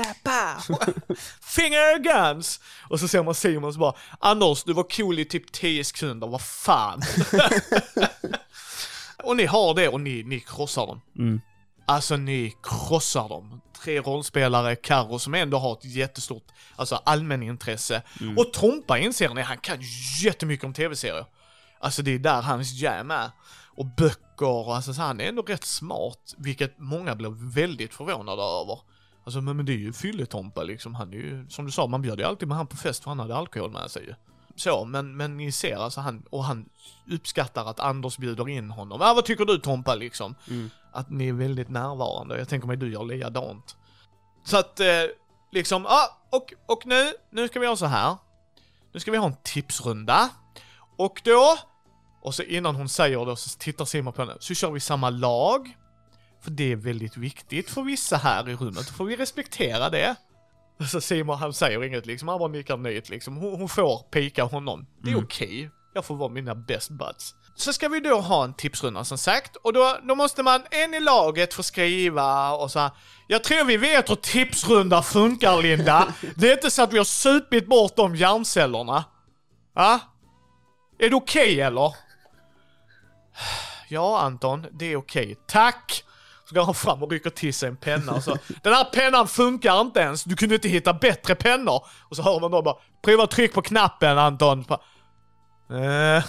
finger guns. Och så ser man Simon så bara, Anders, du var cool i typ tio sekunder, vad fan. Och ni har det och ni, ni krossar dem. Mm. Alltså ni krossar dem. Tre rollspelare, Karo som ändå har ett jättestort alltså allmänintresse. Mm. Och Tompa inser ni, han kan jättemycket om tv-serier. Alltså det är där hans jam är. Och böcker och alltså så han är ändå rätt smart. Vilket många blev väldigt förvånade över. Alltså men, men det är ju fylletompa liksom. Han är ju, som du sa, man bjöd ju alltid med han på fest för han hade alkohol med sig ju. Så, men, men ni ser alltså han, och han uppskattar att Anders bjuder in honom. Ah, vad tycker du Tompa liksom? Mm. Att ni är väldigt närvarande. Jag tänker mig du gör likadant. Så att eh, liksom, ja, ah, och, och nu, nu ska vi ha så här. Nu ska vi ha en tipsrunda. Och då, och så innan hon säger det så tittar Simon på henne, så kör vi samma lag. För det är väldigt viktigt för vissa här i rummet. Då får vi respektera det. Så Simon, han säger inget liksom, han bara nickar nöjt liksom. Hon, hon får pika honom. Det är mm. okej. Okay. Jag får vara mina best buds. Så ska vi då ha en tipsrunda som sagt. Och då, då måste man en i laget få skriva och så här. Jag tror vi vet hur tipsrunda funkar, Linda. Det är inte så att vi har supit bort de hjärncellerna. Ja? Är det okej okay, eller? Ja, Anton, det är okej. Okay. Tack! Så går han fram och rycker till sig en penna och så, den här pennan funkar inte ens. Du kunde inte hitta bättre pennor. Och så hör man då bara, pröva tryck på knappen, Anton. Eh.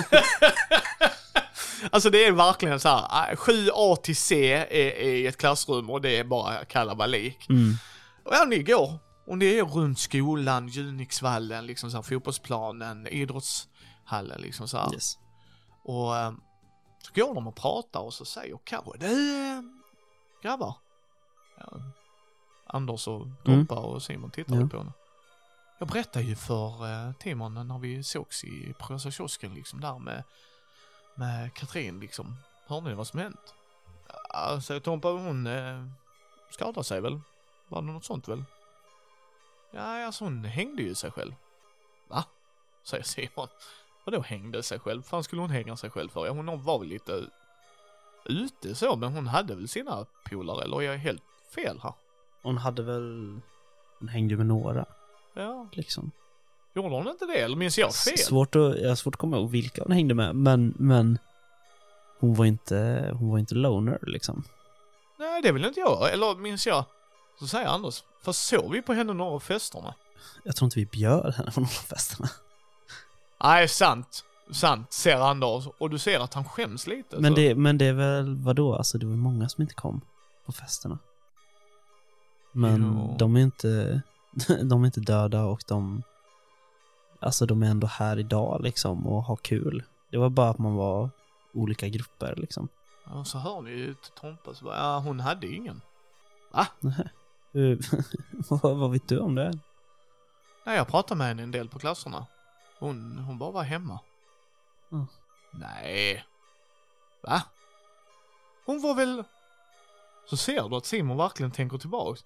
Alltså det är verkligen så här, sju A till C är, är i ett klassrum och det är bara kalabalik. Mm. Och ja, ni går. Och det är runt skolan, Junixvallen, liksom så här, fotbollsplanen, idrottshallen, liksom så här. Yes. Och så går de och pratar och så säger Karo, det grabbar. Ja. Anders och Tompa mm. och Simon tittar ja. på henne. Jag berättade ju för eh, Timon när vi sågs i Prösa-kiosken liksom där med, med Katrin liksom. Hörde ni vad som hänt? Ja, säger Tompa, hon eh, skadade sig väl? Var det något sånt väl? Ja, alltså hon hängde ju sig själv. Va? Säger Simon. Vadå hängde sig själv? Fan skulle hon hänga sig själv för? Ja, hon var väl lite ute så, men hon hade väl sina polare, eller jag är helt fel här? Hon hade väl... Hon hängde med några. Ja. Liksom. Gjorde hon inte det? Eller minns jag fel? Svårt att, jag har svårt att komma ihåg vilka hon hängde med, men, men hon var inte hon var inte loner liksom. Nej, det vill inte jag. Eller minns jag? Så säger Anders. Fast såg vi på henne några av festerna? Jag tror inte vi bjöd henne på några av festerna. Nej, sant. Sant, ser Anders. Och du ser att han skäms lite. Men, det, men det är väl, vadå? Alltså det var många som inte kom på festerna. Men jo. de är inte de är inte döda och de alltså de är ändå här idag liksom och har kul. Det var bara att man var olika grupper liksom. Ja, så hör ni ju till Tompa så bara, ja, hon hade ingen. Va? Nej. vad, vad vet du om det? Nej, jag pratade med henne en del på klasserna. Hon, hon bara var hemma. Mm. Nej. Va? Hon var väl... Så ser du att Simon verkligen tänker tillbaka.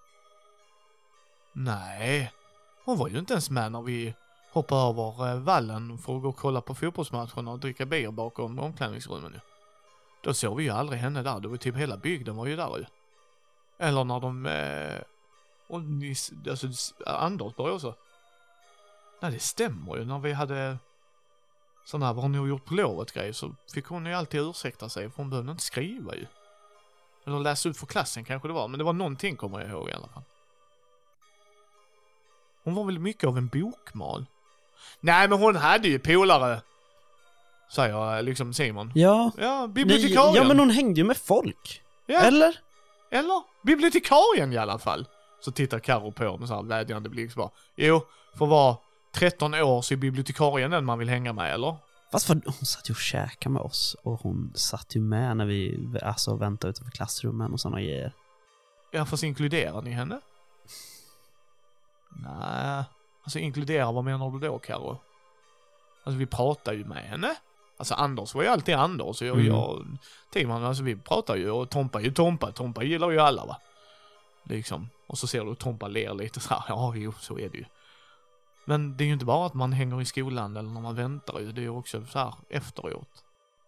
Nej. Hon var ju inte ens med när vi hoppade över vallen för att gå och kolla på fotbollsmatcherna och dricka bier bakom omklädningsrummen ju. Då såg vi ju aldrig henne där. Det var typ hela bygden var ju där ju. Eller när de... Eh, och ni, alltså, Anders började också. Nej, det stämmer ju. När vi hade sådana här, vad ni har gjort på lovet grej, så fick hon ju alltid ursäkta sig. För hon behövde inte skriva ju. Eller läsa ut för klassen kanske det var. Men det var någonting kommer jag ihåg i alla fall. Hon var väl mycket av en bokmal. Nej, men hon hade ju polare, säger liksom Simon. Ja. Ja, bibliotekarien. Ja, men hon hängde ju med folk. Ja. Eller? Eller? Bibliotekarien i alla fall. Så tittar Karo på med så här vädjande blick så bara, jo, för var tretton år så är bibliotekarien den man vill hänga med, eller? Fast för, hon satt ju och käkade med oss och hon satt ju med när vi alltså, väntade utanför klassrummen och sådana grejer. Ja, fast inkluderar ni henne? Nej. Alltså inkludera, vad menar du då, Karo? Alltså vi pratar ju med henne. Alltså Anders var ju alltid Anders. Och jag, Mm. jag Timon, alltså vi pratar ju och Tompa är ju Tompa. Tompa gillar ju alla, va? Liksom. Och så ser du Tompa ler lite så här. Ja, jo, så är det ju. Men det är ju inte bara att man hänger i skolan eller när man väntar ju. Det är ju också så här efteråt.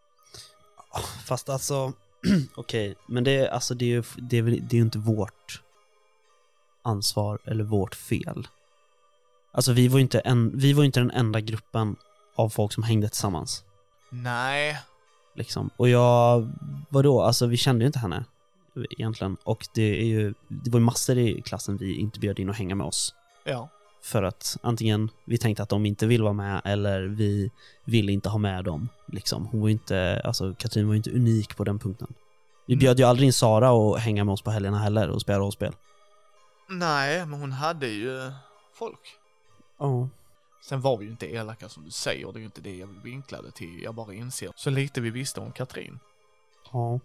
Fast alltså, okej, okay, men det är, alltså, det är ju det är, det är ju inte vårt ansvar eller vårt fel. Alltså vi var ju inte, en, vi var inte den enda gruppen av folk som hängde tillsammans. Nej. Liksom. Och jag, vadå, alltså vi kände ju inte henne egentligen. Och det är ju, det var ju massor i klassen vi inte bjöd in och hänga med oss. Ja. För att antingen vi tänkte att de inte vill vara med eller vi vill inte ha med dem. Liksom. Hon var ju inte, alltså Katrin var ju inte unik på den punkten. Vi Mm. bjöd ju aldrig in Sara och hänga med oss på helgerna heller och spela rollspel. Nej, men hon hade ju folk. Ja. Oh. Sen var vi ju inte elaka som du säger. Det är ju inte det jag vill vinkla det till. Jag bara inser så lite vi visste om Katrin. Ja.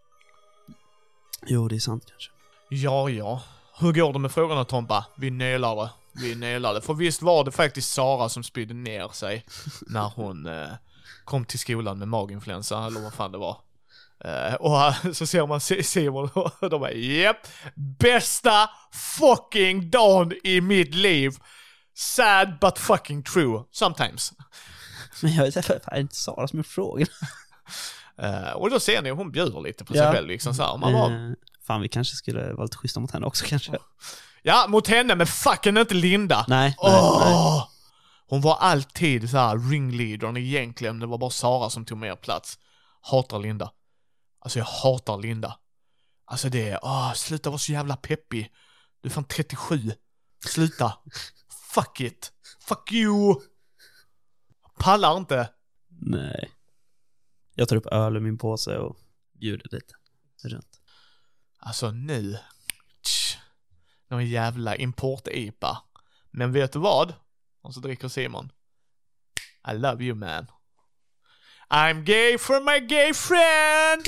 Jo, det är sant kanske. Ja, ja. Hur går det med frågorna, Tompa? Vi nölade. Vi nölade. För visst var det faktiskt Sara som spydde ner sig när hon eh, kom till skolan med maginfluensa, eller vad fan det var. Eh, och så ser man Simon och de bara, japp, bästa fucking dagen i mitt liv. Sad but fucking true. Sometimes. Men jag vet inte, det är inte Sara som är frågan. Uh, och då ser ni, hon bjuder lite på ja. sig själv liksom så här. Man bara, uh, fan, vi kanske skulle vara lite schyssta mot henne också kanske. Ja, mot henne, men fucking inte Linda. Nej, oh! nej, nej. Hon var alltid så här ringleadern egentligen. Det var bara Sara som tog mer plats. Hatar Linda. Alltså jag hatar Linda. Alltså det är, åh, sluta vara så jävla peppig. Du är fan trettiosju. Sluta. Fuck it. Fuck you. Pallar inte. Nej. Jag tar upp öl i min påse och bjuder lite runt. Alltså nu. Tch, någon jävla import-ipa. Men vet du vad? Och så dricker Simon. I love you, man. I'm gay for my gay friend.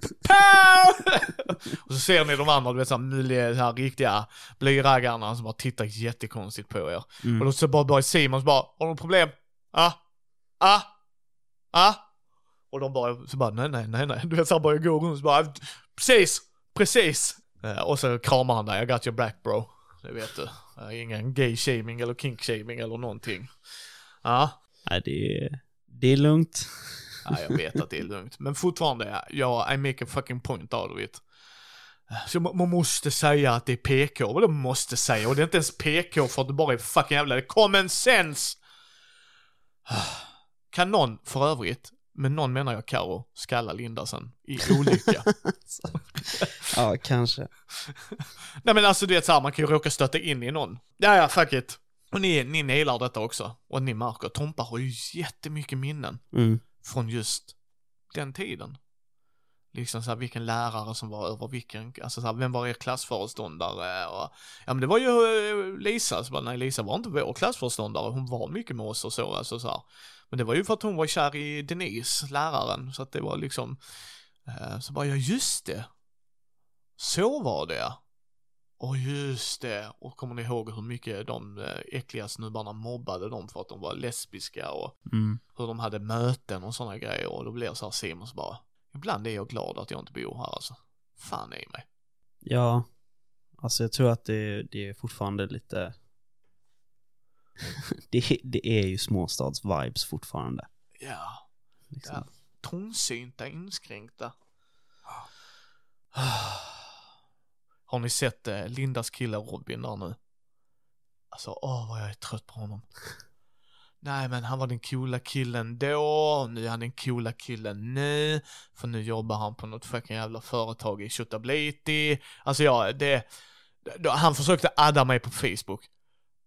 Och så ser ni de andra, du vet, så här, så här riktiga blyraggarna som bara tittar jättekonstigt på er. Mm. Och då så bara börjar Simon så bara, har du problem? Ah? Ah? Ah? Och de bara, så bara, nej, nej, nej, nej. Du vet, så här börjar gå runt så bara, precis, precis. Uh, och så kramar han där, I got your back, bro. Det vet du. Uh, ingen gay-shaming eller kink-shaming eller någonting. Ja. Uh. Nej, det är, det är lugnt. Ja, jag vet att det är lugnt. Men fortfarande, ja, I make a fucking point out of it. Så man måste säga att det är P K. Vad de måste säga. Och det är inte ens P K för att det bara är fucking jävla common sense. Kan någon, för övrigt, men någon menar jag Karo, skalla Linda sen i olycka. Ja, kanske. Nej men alltså du vet så här, man kan ju råka stöta in i någon. Ja, ja, fuck it. Och ni, ni nailar detta också. Och ni märker, Tompa har ju jättemycket minnen. Mm. Från just den tiden. Liksom så här, vilken lärare som var över vilken, alltså så här, vem var er klassföreståndare? Och, ja men det var ju uh, Lisa, så bara, nej Lisa var inte vår klassföreståndare, hon var mycket med oss och så, alltså så här. Men det var ju för att hon var kär i Denise, läraren, så att det var liksom, uh, så bara, ja just det. Så var det. Och just det, och kommer ni ihåg hur mycket de äh, äckliga snubbarna mobbade dem för att de var lesbiska och mm. hur de hade möten och sådana grejer, och då blev så här Simons bara, ibland är jag glad att jag inte bor här alltså. Fan i mig. Ja, alltså jag tror att det, det är fortfarande lite det, det är ju småstads-vibes fortfarande. Ja, liksom. Ja, trångsynta, inskränkta. Har ni sett eh, Lindas kille Robin där nu? Alltså, åh vad jag är trött på honom. Nej men han var den coola killen då, nu är han den coola killen nu, för nu jobbar han på något fucking jävla företag i Tjutabliti. Alltså ja, det, det han försökte adda mig på Facebook.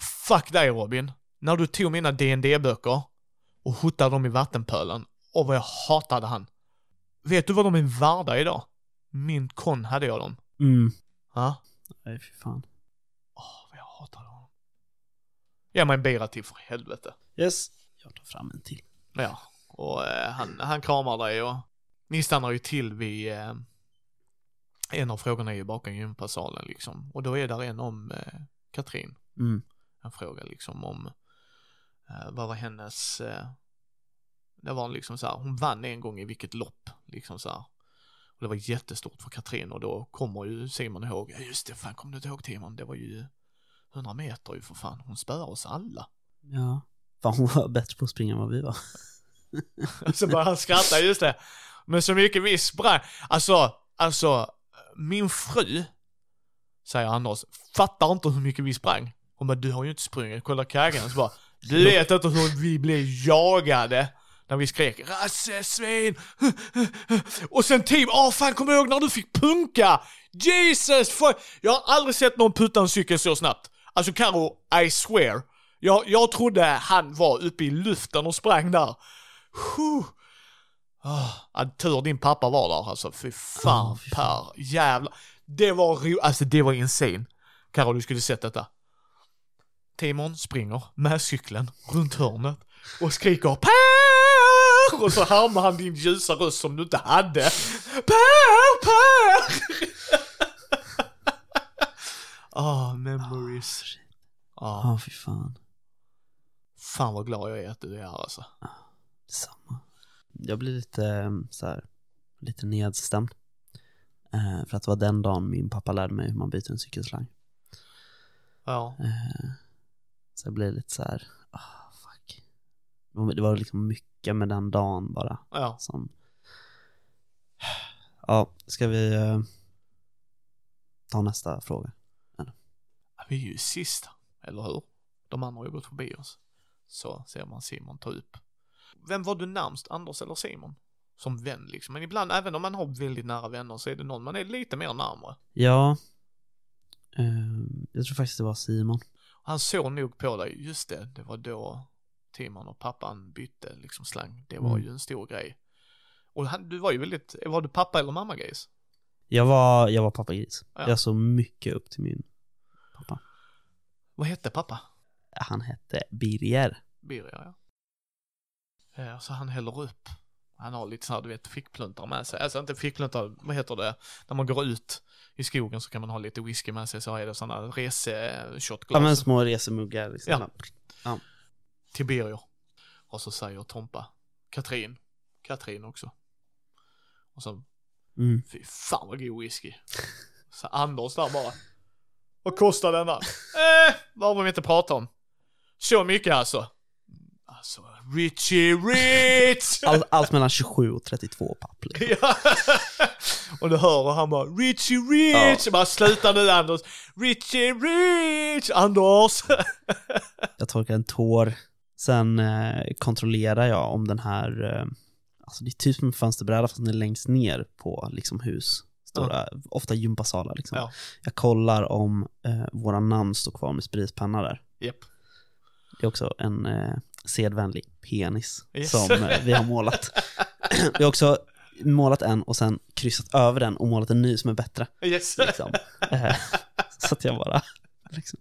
fuck dig Robin. När du tog mina D and D-böcker och hotade dem i vattenpölen. Och vad jag hatade han. Vet du vad de är värda idag? Min kon hade jag dem. Mm. Ja? Nej, fy fan. Åh, vad jag hatade honom. Ge mig en bira till för helvete. Yes. Jag tar fram en till. Ja, och eh, han, han kramar dig och ni stannar ju till vid eh, en av frågorna är ju bakom gympasalen liksom. Och då är där en om eh, Katrin. Mm. En fråga liksom om eh, vad var hennes eh, det var liksom så här, hon vann en gång i vilket lopp liksom så här. Och det var jättestort för Katrin och då kommer ju Simon ihåg, ja just det, fan kom du inte ihåg Timon, det var ju hundra meter ju för fan, hon spöar oss alla. Ja, fan hon var bättre på att springa än vad vi var. Så bara han skrattar, just det. Men så mycket vi sprang. Alltså, alltså, min fru, säger Anders, fattar inte hur mycket vi sprang. Hon bara, du har ju inte sprungit. Kolla kagen. Så bara, du vet inte hur vi blev jagade när vi skrek, rassesvin. Och sen team, åh oh, fan, kommer du ihåg när du fick punka? Jesus, för... jag har aldrig sett någon putta en cykel så snabbt. Alltså Karo, I swear. Jag, jag trodde han var uppe i luften och sprang där. Huh. Oh, tur din pappa var där alltså. Fy fan, oh, fy fan. Per jävla. Det var ro... alltså det var insane. Karo, du skulle sett detta. Timon springer med cykeln runt hörnet och skriker Per! Och så härmar han din ljusa röst som du inte hade. Per, Per! Ah, oh, memories. Ja, oh. oh, fy fan. Fan vad glad jag är att du är här alltså. Detsamma. Jag blir lite så här, lite nedstämd. Eh, för att det var den dagen min pappa lärde mig hur man byter en cykelslang. Ja. Eh, så jag blir lite så här, oh, fuck. Det var liksom mycket med den dagen bara. Ja. Som... Ja, ska vi eh, ta nästa fråga? Eller? Vi är ju sista, eller hur? De andra har ju gått förbi oss. Så ser man Simon ta upp. Vem var du närmst, Anders eller Simon? Som vän liksom. Men ibland, även om man har väldigt nära vänner, så är det någon man är lite mer närmare. Ja. Uh, jag tror faktiskt det var Simon. Han såg nog på dig, just det. Det var då Timon och pappan bytte liksom slang. Det var mm. ju en stor grej. Och han, du var ju väldigt, var du pappa eller mamma gris? Jag var, jag var pappa gris. Ja. Jag såg mycket upp till min pappa. Vad hette pappa? Han hette Birger. Birger, ja. ja. Så han häller upp. Han har lite så här, du vet, fickpluntar med sig. Alltså inte fickpluntar, vad heter det? När man går ut i skogen så kan man ha lite whisky med sig. Så är det sådana rese-shotglas. Ja, men små resemuggar. Liksom. Ja. ja. Till Birger. Och så säger Tompa, Katrin. Katrin också. Och så, mm. fy fan vad god whisky. Så Anders där bara, vad kostar denna? Eh, vad har vi inte pratat om? Så mycket alltså. Alltså, Richie Rich! All, allt mellan tjugosju och trettiotvå papp. Liksom. Ja. Och du hör och han bara, Richie Rich! Ja. Bara sluta nu Anders. Richie Rich! Anders! Jag torkar en tår. Sen eh, kontrollerar jag om den här... Eh, alltså det är typ som en fönsterbräda fast den är längst ner på liksom hus. Stora, ja. Ofta gympasalar liksom. Ja. Jag kollar om eh, våra namn står kvar med spritpanna där. Yep. Det är också en eh, sedvänlig penis yes. som eh, vi har målat. Vi har också målat en och sen kryssat över den och målat en ny som är bättre. Yes. Liksom. Eh, så att jag bara liksom.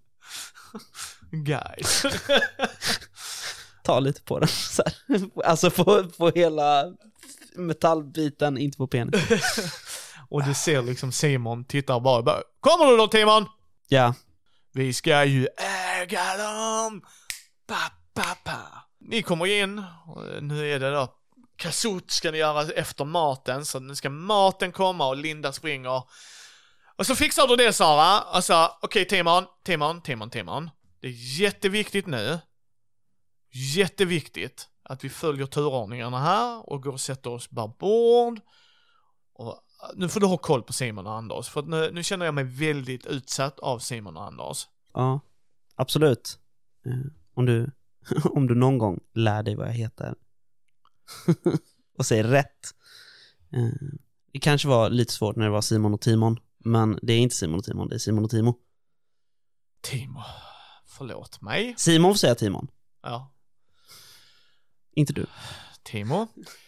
Guys. Ta lite på den så här. Alltså på, på hela metallbiten, inte på penis. Och du ser liksom Simon tittar bara, bara kommer du då Timon? Ja. Vi ska ju äga dem. Pa, pa, pa. Ni kommer in. Och nu är det då kasut ska ni göra efter maten. Så nu ska maten komma och Linda springer. Och så fixar du det Sara. Alltså okej okay, Timon, Timon, Timon, Timon. Det är jätteviktigt nu. Jätteviktigt att vi följer turordningarna här och går och sätter oss bara bord. Och nu får du ha koll på Simon och Anders. För nu, nu känner jag mig väldigt utsatt av Simon och Anders. Ja, absolut. Uh, om, du, om du någon gång lär dig vad jag heter och säger rätt. Uh, det kanske var lite svårt när det var Simon och Timon. Men det är inte Simon och Timon, det är Simon och Timo. Timo. Förlåt mig. Simon får säga Timon. Ja. Inte du. Timo.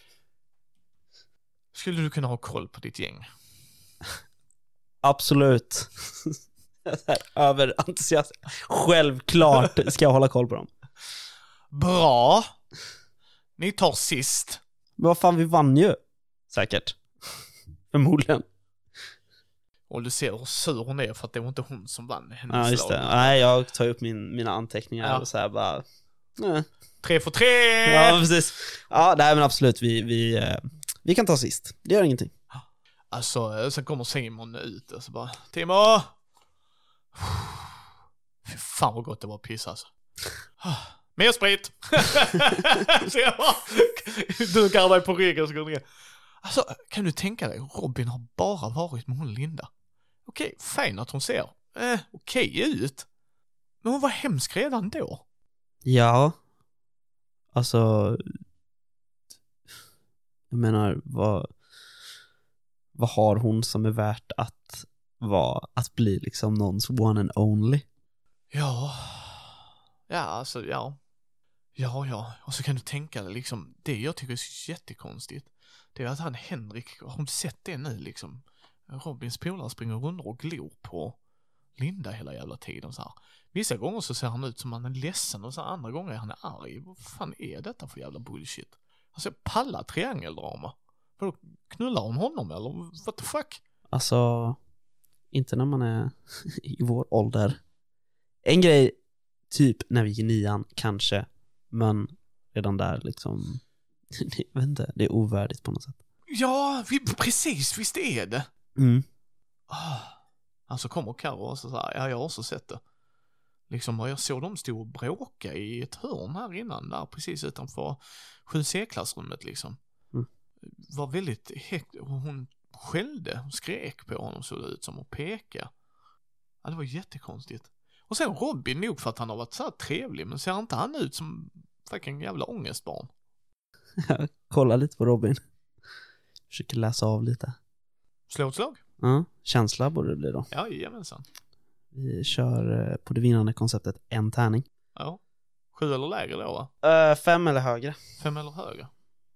Skulle du kunna ha koll på ditt gäng? Absolut. Överentusiasm. Självklart ska jag hålla koll på dem. Bra. Ni tar sist. Men vad fan, vi vann ju. Säkert. Förmodligen. Och du ser hur sur hon är för att det var inte hon som vann hennes Ja, just det. slag. Nej, jag tar upp min, mina anteckningar Ja. och så här bara... Nej. Tre för tre! Ja, precis. Ja, nej, men absolut. Vi, vi, eh, vi kan ta sist. Det gör ingenting. Alltså, sen kommer Simon ut och så bara, Timo! Fy fan vad gott det var att pissa alltså. Mer sprit! Så jag bara, du garvar på ryggen och så går det. Alltså, kan du tänka dig, Robin har bara varit med hon Linda. Okej, fint att hon ser eh, okej ut. Men hon var hemsk redan då. Ja. Alltså... Jag menar, vad... Vad har hon som är värt att vara, att bli liksom någons one and only? Ja. Ja, alltså, ja. Ja, ja. Och så kan du tänka dig liksom, det jag tycker är så jättekonstigt, det är att han Henrik, har du sett det nu liksom? Robins polare springer runt och glor på Linda hela jävla tiden så här. Vissa gånger så ser han ut som han är ledsen och så andra gånger är han arg. Vad fan är detta för jävla bullshit? Alltså, palla triangeldrama. För knullar hon honom eller what the fuck? Alltså, inte när man är i vår ålder. En grej, typ när vi gick i nian, kanske. Men redan där liksom, jag vet inte, det är ovärdigt på något sätt. Ja, vi, precis, visst är det. Mm. Ah. Alltså kommer Karo och så här, ja jag har också sett det. Liksom, och jag såg dem stå och bråka i ett hörn här innan, där precis utanför sju C-klassrummet liksom. Mm. Var väldigt häkt, och hon skällde och skrek på honom, så det ut som att peka. Ja, det var jättekonstigt. Och sen Robin, nog för att han har varit så här trevlig, men ser inte han ut som fucking jävla ångestbarn? Kolla lite på Robin. Försöker läsa av lite. Slå ett slag? Ja, känsla borde det bli då. Ja, jajamensan. Vi kör på det vinnande konceptet en tärning. Ja. Sju eller lägre då, va? Uh, fem eller högre. Fem eller högre.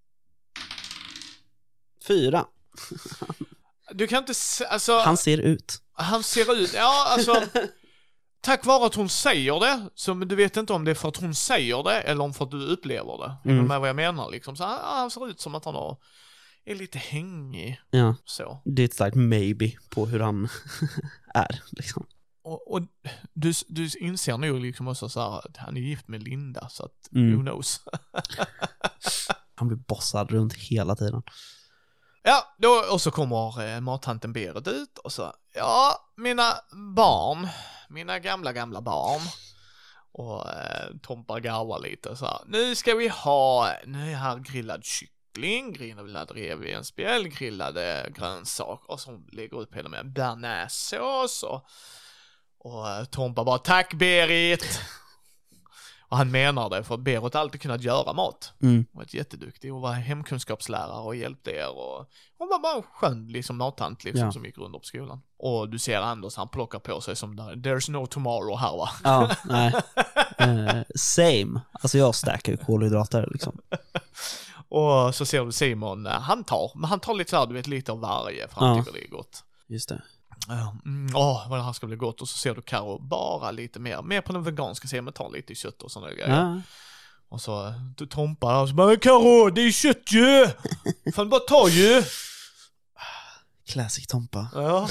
Fyra. Du kan inte se, alltså... Han ser ut. Han ser ut, ja alltså... Tack vare att hon säger det, så men du vet inte om det är för att hon säger det eller om för att du upplever det. Hänger Mm. med vad jag menar liksom. Så han, han ser ut som att han har, är lite hängig. Ja. Så. Det är ett starkt maybe på hur han är liksom. Och, och du, du inser nog liksom också så här att han är gift med Linda, så att Mm. who knows. Han blir bossad runt hela tiden. Ja, då, och så kommer eh, mattanten Berit ut och så, ja, mina barn, mina gamla, gamla barn. Och eh, Tompa garvar lite så här, nu ska vi ha, nu är här grillad kyckling, grillad revbensspjäll, grillade grönsaker, och så lägger ut hela med bearnaisesås och, och eh, Tompa bara, tack Berit. Och han menar det, för Berit har alltid kunnat göra mat. Mm. Hon var jätteduktig och var hemkunskapslärare och hjälpte er. Och hon var bara en skön liksom, mattant liksom, Ja. som gick runt på skolan. Och du ser Anders, han plockar på sig som där, there's no tomorrow här, va? Ja, nej. Uh, same. Alltså jag stackar ju kolhydrater liksom. Och så ser du Simon, han tar, men han tar lite så här, du vet, lite av varje, för han Ja. tycker det är gott. Just det. Ja, mm, åh, vad det här ska bli gott. Och så ser du Karo bara lite mer, mer på den veganska sidan, men tar lite kött och sådana grejer. Ja. Och så du Tompa och så bara, Karo, det är kött ju! Fan, bara ta ju! Classic Tompa. Ja.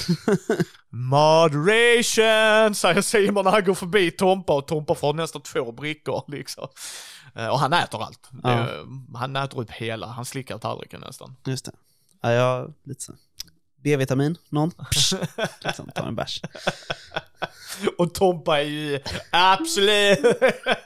Moderation, säger Simon när han går förbi Tompa, och Tompa får nästan två brickor liksom. Eh, Och han äter allt. Ja. Det, han äter upp hela, han slickar tallriken nästan. Just det. Ja, jag lite så. B-vitamin, någon? Psh, liksom, ta en bärs. Och Tompa är ju absolut.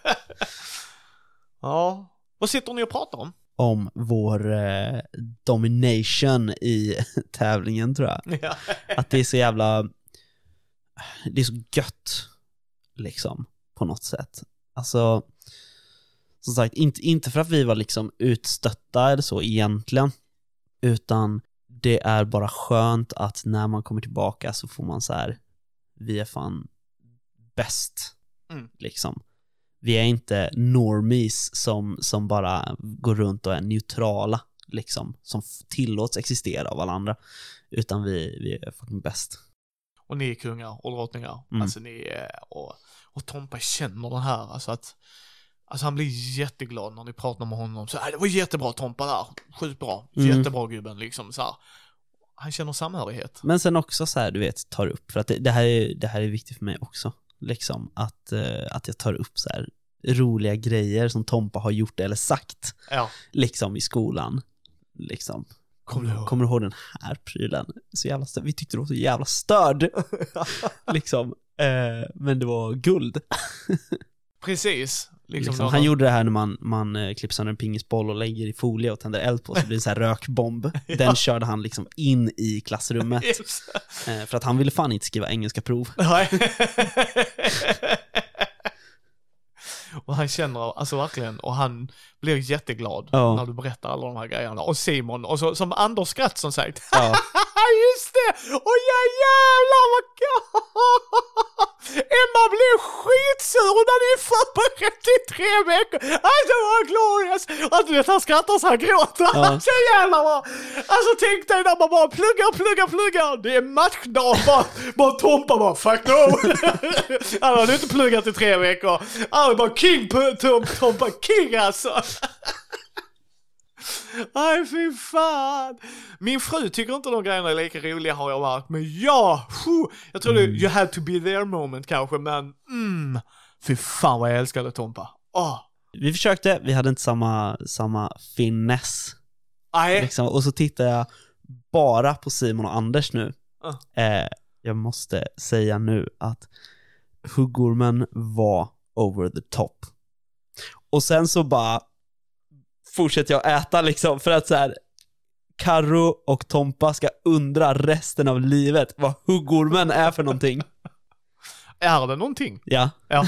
Ja. Vad sitter ni och pratar om? Om vår eh, domination i tävlingen, tror jag. Ja. Att det är så jävla... Det är så gött, liksom, på något sätt. Alltså, som sagt, inte, inte för att vi var liksom utstötta eller så egentligen, utan det är bara skönt att när man kommer tillbaka så får man så här, vi är fan bäst. Mm. Liksom. Vi är inte normies som, som bara går runt och är neutrala, liksom, som tillåts existera av alla andra, utan vi, vi är fucking bäst. Och ni är kungar och drottningar. Mm. Alltså ni är, och, och Tompa känner den här, alltså att alltså han blir jätteglad när ni pratar med honom. Så det var jättebra Tompa där, sjukt bra, Mm. jättebra gubben liksom så här. Han känner samhörighet. Men sen också så här, du vet, tar upp, för att det, det, här, är, det här är viktigt för mig också, liksom, att, uh, att jag tar upp så här roliga grejer som Tompa har gjort eller sagt, Ja. liksom i skolan, liksom. Kommer du ihåg? Kommer du ihåg den här prylen? Så jävla störd. Vi tyckte det var så jävla störd. liksom. Eh, men det var guld. Precis. Liksom liksom, då, han då. gjorde det här när man, man eh, klipper sönder en pingisboll och lägger i folie och tänder eld på, så blir det så här rökbomb. Ja. Den körde han liksom in i klassrummet. Yes. Eh, för att han ville fan inte skriva engelska prov. Nej. Och han känner, alltså verkligen, och han blir jätteglad Ja. när du berättar alla de här grejerna. Och Simon, och så, som Anders Skratt som sagt. Ja. Just det! Och ja jävlar vad Emma blev skitsur när ni är förberett i tre veckor. Alltså vad glorious! Alltså du vet, han skrattar så han gråter. Ja. Så jävla bra! Alltså tänk dig när man bara pluggar, pluggar, pluggar. Det är matchdag, bara, bara Tompa bara fuck no! Han hade inte pluggat i tre veckor. Han var bara king på Tom, Tompa, king alltså! Aj fy fan. Min fru tycker inte de grejerna är lika roliga har jag varit. Men ja, phew, jag tror mm. det you had to be there moment kanske. Men mm, fy fan vad jag älskade Tompa. oh. Vi försökte, vi hade inte samma, samma finess. Nej. Liksom. Och så tittar jag bara på Simon och Anders nu. uh. eh, Jag måste säga nu att huggormen var over the top. Och sen så bara fortsätter jag äta liksom, för att så här Karo och Tompa ska undra resten av livet vad huggormen är för någonting. Är det någonting? Ja. Ja.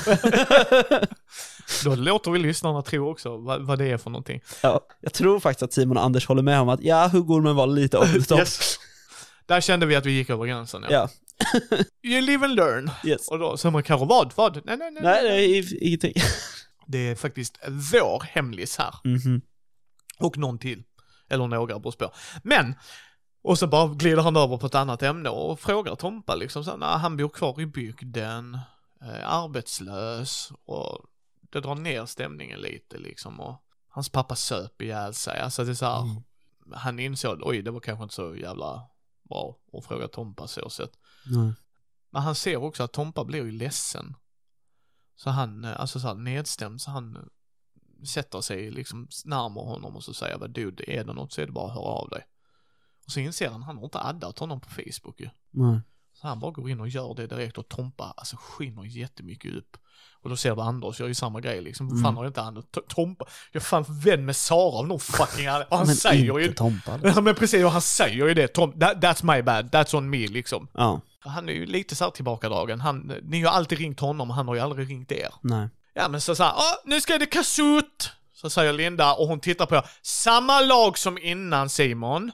Då låter vi lyssnarna tro också vad, vad det är för någonting. Ja, jag tror faktiskt att Simon och Anders håller med om att ja, huggormen var lite over the top. Yes. Där kände vi att vi gick över gränsen. Ja. Ja. You live and learn. Yes. Och då, så man Karo, vad? Vad? Nej, nej, nej. Nej, det är ingenting. Det är faktiskt vår hemlis här. Mhm. Och någon till. Eller några på spår. Men, och så bara glider han över på ett annat ämne och frågar Tompa liksom så när han bor kvar i bygden, eh, arbetslös, och det drar ner stämningen lite liksom, och hans pappa söp ihjäl sig. Alltså det är så här, mm. han insåg, oj det var kanske inte så jävla bra att fråga Tompa så sätt. Mm. Men han ser också att Tompa blir ju ledsen. Så han, alltså så här nedstämd, så han sätter sig liksom närmare honom och så säger vad dude, är det något så är det bara att höra av dig. Och så inser han, han har inte addat honom på Facebook ju. Mm. Så han bara går in och gör det direkt, och Tompa alltså skiner jättemycket upp. Och då ser du Anders gör ju samma grej liksom. Mm. Fan har inte han Tompa. Jag är fan vän med Sara av någon fucking och han men säger inte ju Tompa. Ja men precis, och han säger ju det. Tom, that, that's my bad, that's on me liksom. Ja. Han är ju lite så här tillbakadragen. Han, ni har ju alltid ringt honom och han har ju aldrig ringt er. Nej. Ja men så såhär, åh nu ska det Kassut! Så säger Linda och hon tittar på samma lag som innan Simon.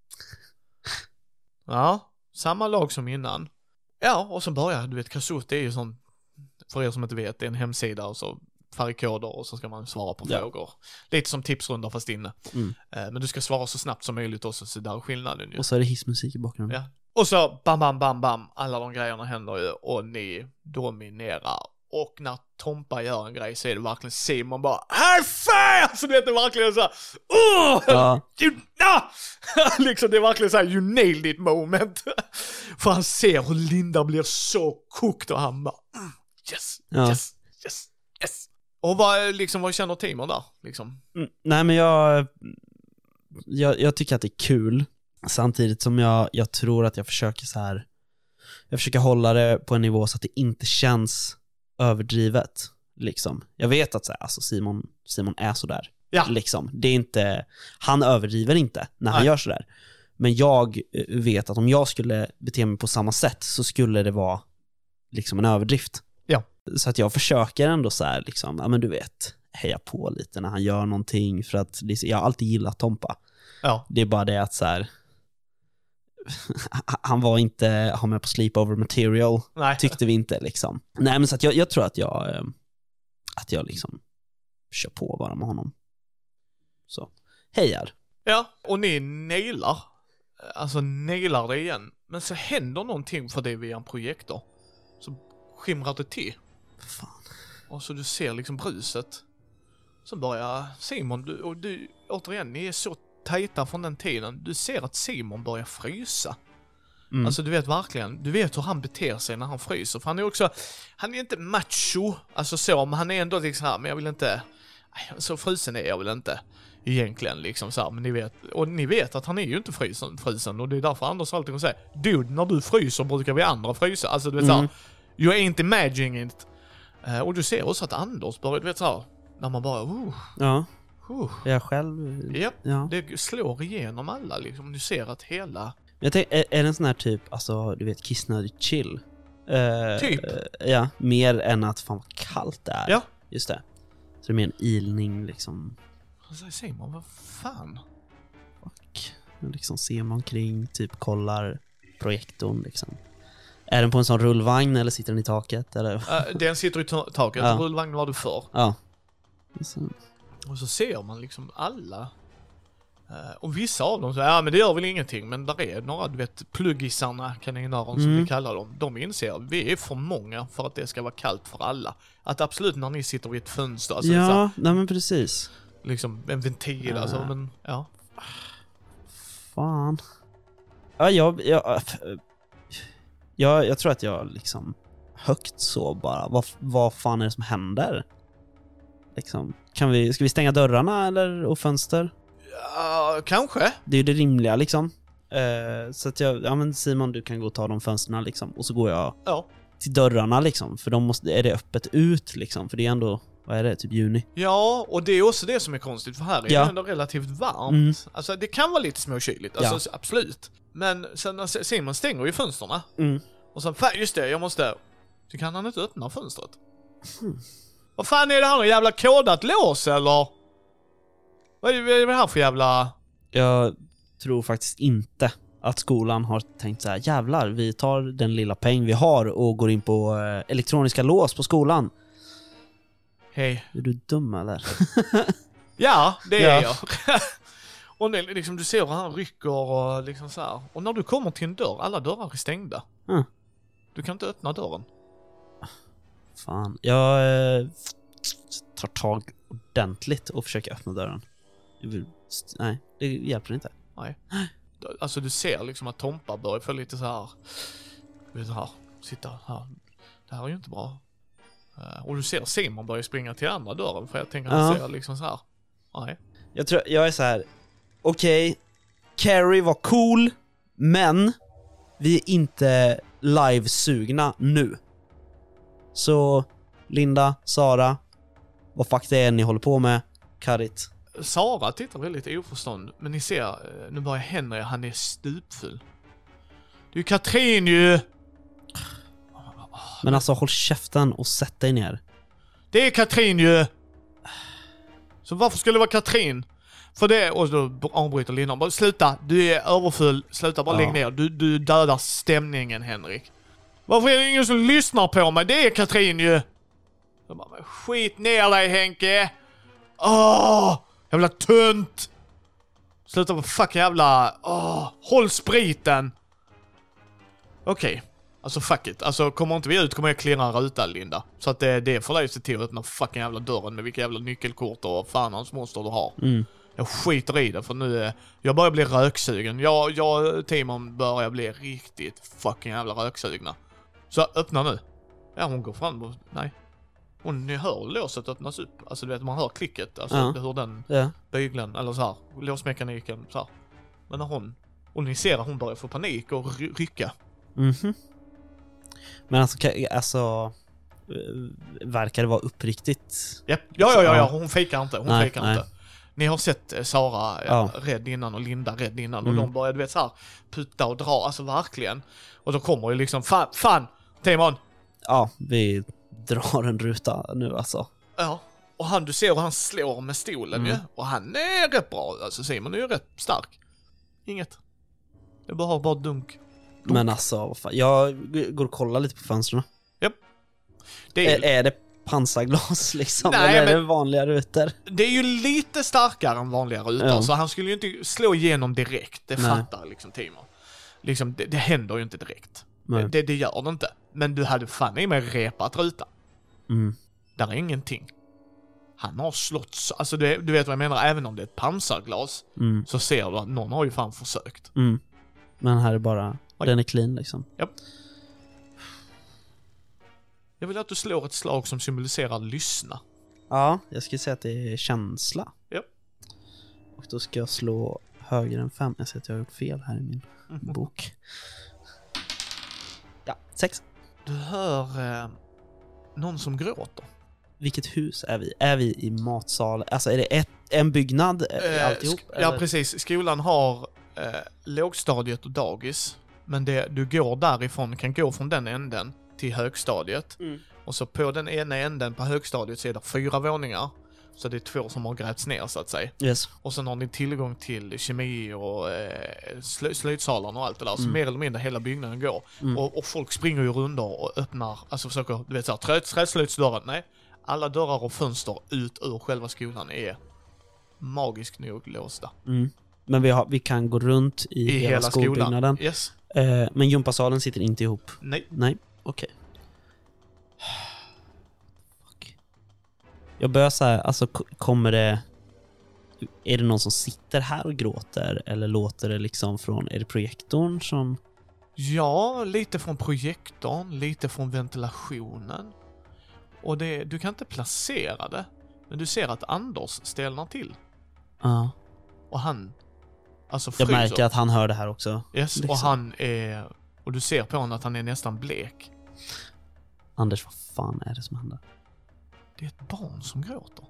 Ja, samma lag som innan. Ja, och så börjar, du vet Kassut det är ju sån, för er som inte vet, det är en hemsida och så färgkoder och så ska man svara på ja. frågor. Lite som tipsrunda fast inne. Mm. Men du ska svara så snabbt som möjligt också, så där är skillnaden ju. Och så är det hissmusik i bakgrunden. Ja. Och så bam, bam, bam, bam. Alla de grejerna händer ju och ni dominerar. Och när Tompa gör en grej så är det verkligen Simon bara high five! Så det är verkligen så här, oh! Ja. You, ah! liksom det är verkligen så här, you nailed it moment. För han ser hur Linda blir så kokt och han bara mm, yes, ja. yes, yes, yes. Och vad, liksom, vad känner Timon där? Liksom? Mm, nej men jag, jag jag tycker att det är kul. Samtidigt som jag, jag tror att jag försöker så här. Jag försöker hålla det på en nivå så att det inte känns överdrivet liksom. Jag vet att så här, alltså Simon Simon är så där. Ja. Liksom. Det är inte, han överdriver inte när han Nej. gör så där. Men jag vet att om jag skulle bete mig på samma sätt så skulle det vara liksom en överdrift. Ja. Så att jag försöker ändå så här liksom, ja men du vet, heja på lite när han gör någonting, för att jag har alltid gillat Tompa. Ja. Det är bara det att så här, han var inte ha med på sleepover material. Nej. Tyckte vi inte liksom. Nej, men så att jag, jag tror att jag eh, att jag liksom kör på bara med honom. Så, hejar. Ja, och ni nailar. Alltså nailar det igen. Men så händer någonting för det via en projektor. Så skimrar det till. Fan. Och så du ser liksom bruset. Så börjar Simon, du, och du, återigen, ni är så tajta från den tiden. Du ser att Simon börjar frysa. Mm. Alltså du vet verkligen, du vet hur han beter sig när han fryser. För han är också, han är inte macho, alltså så, men han är ändå liksom här, men jag vill inte, så frusen är jag väl inte. Egentligen liksom så här, men ni vet, och ni vet att han är ju inte frysen, frysen och det är därför Anders alltid säger, dude, när du fryser brukar vi andra frysa. Alltså du vet mm. så här, you ain't imagining it. Uh, och du ser också att Anders börjar, du vet så här, när man bara, uh, ja. Uh. Jag själv... Yep. Ja, det slår igenom alla liksom. Du ser att hela... Jag tänker, är, är det en sån här typ, alltså du vet, kissnödig chill? Uh, typ. Uh, ja, mer än att fan vad kallt det är. Ja. Just det. Så det är mer en ilning liksom. Alltså säger man, vad fan? Fuck. Liksom ser man omkring, typ kollar projektorn liksom. Är den på en sån rullvagn eller sitter den i taket? Eller? Uh, den sitter i ta- taket, ja. Rullvagn var du för. Ja. Så. Och så ser man liksom alla. Uh, och vissa av dem så, ja men det gör väl ingenting. Men där är några, du vet, pluggisarna, kaninöron som mm. vi kallar dem. De inser att vi är för många för att det ska vara kallt för alla. Att absolut när ni sitter vid ett fönster. Alltså, ja, här, nej men precis. Liksom en ventil, ja. Alltså, men ja. Fan. Ja, jag... jag jag, jag tror att jag liksom högt så bara, vad, vad fan är det som händer? Liksom, kan vi, ska vi stänga dörrarna eller och fönster? Ja, kanske. Det är ju det rimliga liksom. Uh, så att jag, ja men Simon, du kan gå och ta de fönsterna liksom. Och så går jag ja. till dörrarna liksom. För de måste, är det öppet ut liksom. För det är ändå, vad är det, typ juni? Ja, och det är också det som är konstigt. För här är ja. det ändå relativt varmt. Mm. Alltså det kan vara lite småkyligt, alltså ja. Absolut. Men sen när Simon stänger ju fönsterna. Mm. Och sen, fan just det, jag måste... Så kan han inte öppna fönstret. Mm. Vad fan är det här, en jävla kodat lås eller? Vad är det här för jävla... Jag tror faktiskt inte att skolan har tänkt så här: jävlar, vi tar den lilla peng vi har och går in på eh, elektroniska lås på skolan. Hej. Är du dum eller? Ja, det är ja. jag. Och det, liksom, du ser hur han rycker och liksom så här. Och när du kommer till en dörr, alla dörrar är stängda. Mm. Du kan inte öppna dörren. Fan, jag eh, tar tag ordentligt och försöker öppna dörren. Vill, nej, det hjälper inte. Nej. Alltså du ser liksom att Tompa börjar få lite så här. Vet du här, sitta här. Det här är ju inte bra. Uh, och du ser Simon börjar springa till andra dörren, för jag tänker att han ser liksom så här. Nej. Jag tror jag är så här. Okej, okay, Carrie var cool, men vi är inte live-sugna nu. Så Linda, Sara, vad fuck det är ni håller på med, cut it. Sara tittar väldigt oförstånd, men ni ser, nu börjar Henry, han är stupfull. Du är Katrin ju! Men alltså håll käften och sätt dig ner. Det är Katrin ju! Så varför skulle det vara Katrin? För det, och då avbryter Linda, bara sluta, du är överfull, sluta, bara ja. Lägg ner, du, du dödar stämningen, Henrik. Varför är det ingen som lyssnar på mig? Det är Katrin ju! Så bara, skit ner dig, Henke! Åh! Jävla tunt! Sluta vara fuck jävla... Åh! Håll spriten! Okej. Okay. Alltså fuck it. Alltså kommer inte vi ut kommer jag klirra en ruta, Linda. Så att det, det är för dig att se till att öppna fucking jävla dörren med vilka jävla nyckelkort och fan hans monster du har. Mm. Jag skiter i det för nu är... Jag börjar bli röksugen. Jag, jag och Timon börjar bli riktigt fucking jävla röksugna. Så öppna nu. Ja, hon går fram och... Nej. Och ni hör låset öppnas upp. Alltså du vet, man hör klicket. Alltså ja. Hur den ja. Bygeln, eller så här, låsmekaniken så här. Men när hon... Och ni ser att hon börjar få panik och ry- rycka. Mhm. Men alltså, alltså... Verkar det vara uppriktigt? Ja, ja, ja, ja, ja. Hon fejkar inte. Hon nej, fejkar nej. inte. Ni har sett Sara ja. rädd innan och Linda rädd innan. Mm. Och de börjar, du vet, så här, putta och dra. Alltså verkligen. Och då kommer ju liksom, fan, fan, Timon! Ja, vi... drar en ruta nu alltså. Ja, och han, du ser hur han slår med stolen mm. ju. Och han är rätt bra, alltså Simon är ju rätt stark. Inget. Det är bara, bara dunk. dunk. Men alltså, vad fan. Jag går och kollar lite på fönstren. Japp. Det är, är, är det pansarglas liksom? Nej, eller är men- det vanliga rutor? det är ju lite starkare än vanliga rutor, Ja. så han skulle ju inte slå igenom direkt. Det Nej. fattar liksom Timor. Liksom, det, det händer ju inte direkt. Nej. Det, det gör det inte. Men du hade fan i mig repat rutan. Mm. Där är ingenting. Han har slått, så- alltså du, du vet vad jag menar, även om det är ett pansarglas Mm. så ser du att någon har ju fan försökt. Mm. Men här är bara, Oj. den är clean liksom. Jag vill att du slår ett slag som symboliserar lyssna. Ja, jag skulle säga att det är känsla. Ja. Och då ska jag slå högre än fem. Jag ser att jag har gjort fel här i min bok. Ja, sex. Du hör eh, någon som gråter. Vilket hus är vi? Är vi i matsal? Alltså är det ett, en byggnad Eh, alltihop? sk- ja, eller? precis. Skolan har eh, lågstadiet och dagis. Men det, du går därifrån, kan gå från den änden till högstadiet. Mm. Och så på den ena änden på högstadiet så är det fyra våningar. Så det är två som har grävts ner så att säga. Yes. Och sen har ni tillgång till kemi och eh, slö- slöjdsalarna och allt det där. Så Mm. mer eller mindre hela byggnaden går. Mm. Och, och folk springer ju rundor och öppnar, alltså försöker, du vet såhär, trä, träslöjdsdörren. Nej, alla dörrar och fönster ut ur själva skolan är magiskt nog låsta. Mm. Men vi, har, vi kan gå runt i, I hela, hela skolan. skolbyggnaden. Yes. Eh, men gympasalen sitter inte ihop. Nej. Nej, okej. Fuck. Jag börjar så här, alltså k- kommer det... Är det någon som sitter här och gråter? Eller låter det liksom från... Är det projektorn som... Ja, lite från projektorn, lite från ventilationen. Och det, du kan inte placera det. Men du ser att Anders stelnar till. Ja. Och han, alltså Jag fryser. märker att han hör det här också. Yes, liksom. och han är... Och du ser på honom att han är nästan blek. Anders, vad fan är det som händer? Det är ett barn som gråter.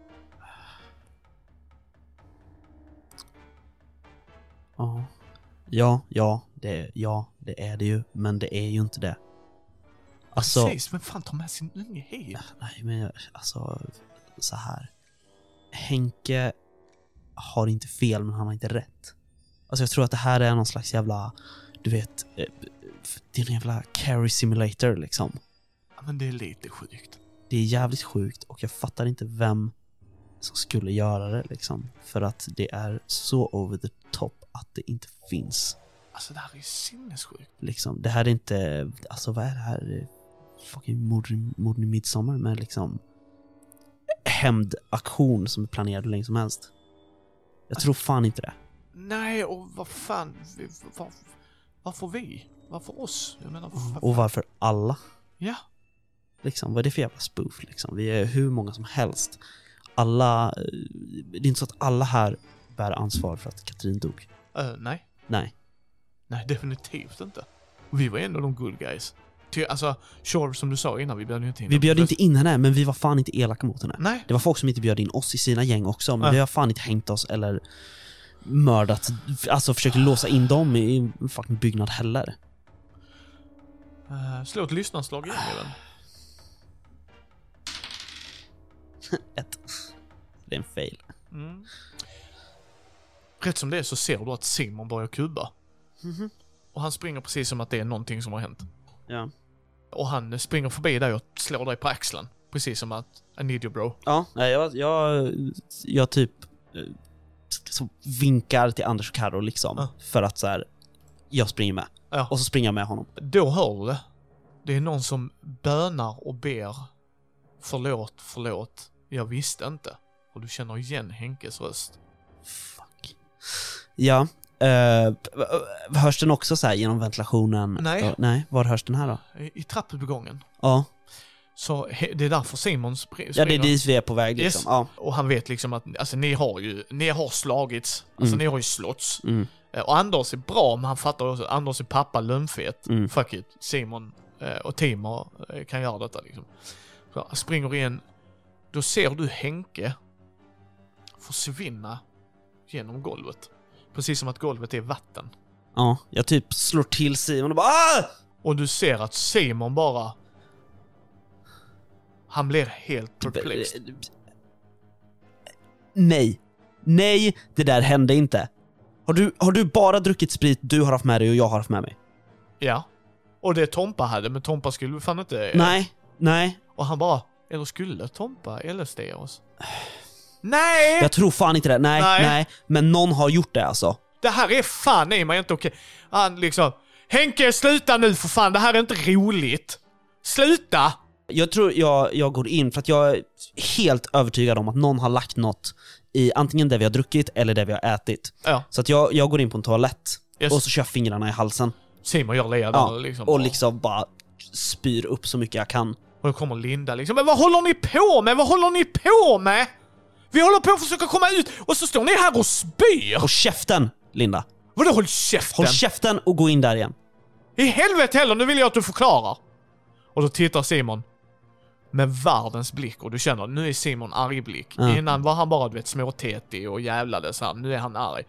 Ja. Ja, ja, det, ja, det är det ju. Men det är ju inte det. Alltså... Precis, men fan ta med sin unge hit. Nej, men jag, alltså... Så här. Henke har inte fel, men han har inte rätt. Alltså jag tror att det här är någon slags jävla... Du vet... eh, Det är en jävla carry simulator liksom. Ja, men det är lite sjukt. Det är jävligt sjukt och jag fattar inte vem som skulle göra det liksom. För att det är så over the top att det inte finns. Alltså det här är ju sinnessjukt. Liksom. Det här är inte... Alltså vad är det här? Det är fucking mord, mord i midsommar med liksom... hämndaktion som är planerad hur länge som helst. Jag tror fan inte det. Nej, och vad fan... vi- Var, varför vi? Varför oss? Jag menar... Vad, Och varför alla? Ja. Liksom, vad är det för jävla spoof liksom? Vi är hur många som helst. Alla... eh, Det är inte så att alla här bär ansvar för att Katrin dog. Uh, nej. Nej. Nej, definitivt inte. Vi var ändå de good guys. Ty, alltså, sure, som du sa innan, vi bjöd ju inte in Vi dem. bjöd inte in henne, men vi var fan inte elaka mot henne. Nej. Det var folk som inte bjöd in oss i sina gäng också, men Ja. vi har fan inte hängt oss eller mördat, alltså försökt låsa in dem i en fucking byggnad heller. Uh, slå ett lyssnarslag igen, även. Ett. Det är en fail. Mm. Rätt som det är så ser du att Simon börjar kubba. Mhm. Och han springer precis som att det är någonting som har hänt. Ja. Och han springer förbi dig och slår dig på axeln. Precis som att, I need you bro. Ja, nej, jag, jag, jag typ eh, så vinkar till Anders och Karo liksom. Ja. För att så här, jag springer med. Ja. Och så springer jag med honom. Då hör du det. Det är någon som bönar och ber. Förlåt, förlåt. Jag visste inte. Och du känner igen Henkes röst. Fuck. Ja. Uh, hörs den också så här genom ventilationen? Nej. Uh, nej, var hörs den här då? I, i trappuppgången. Ja. Så he, det är därför Simon spr- springer. Ja, det är dit vi är på väg liksom. Yes. Ja. Och han vet liksom att, alltså ni har ju, ni har slagits. Alltså Mm. ni har ju slåtts. Mm. Eh, Och Anders är bra, men han fattar också att Anders är pappa lönnfet. Mm. Fuck it. Simon eh, och Timor eh, kan göra detta liksom. Så han springer in. Då ser du Henke försvinna genom golvet. Precis som att golvet är vatten. Ja, jag typ slår till Simon och bara ah! Och du ser att Simon bara... Han blir helt perplexed. Nej. Nej, det där hände inte. Har du, har du bara druckit sprit du har haft med dig och jag har haft med mig? Ja. Och det Tompa hade, men Tompa skulle fan inte... Nej, nej. Och han bara, eller skulle Tompa L S D oss? Nej! Jag tror fan inte det. Nej, nej, Nej. Men någon har gjort det alltså. Det här är fan nej, man är inte okej. Han liksom, Henke, sluta nu för fan, det här är inte roligt. Sluta! Jag tror jag, jag går in för att jag är helt övertygad om att någon har lagt något i antingen det vi har druckit eller det vi har ätit. Ja. Så att jag, jag går in på en toalett Yes. och så kör fingrarna i halsen. Simon gör leder Ja, liksom. och liksom bara spyr upp så mycket jag kan. Och då kommer Linda liksom, men vad håller ni på med? Vad håller ni på med? Vi håller på att försöka komma ut och så står ni här och spyr. Och käften, Linda. Vadå håll käften? Håll käften och gå in där igen. I helvete heller, nu vill jag att du förklarar. Och då tittar Simon med världens blick och du känner, nu är Simon arg blick. Ja. Innan var han bara, du vet, småtetig och jävlades han. Nu är han arg.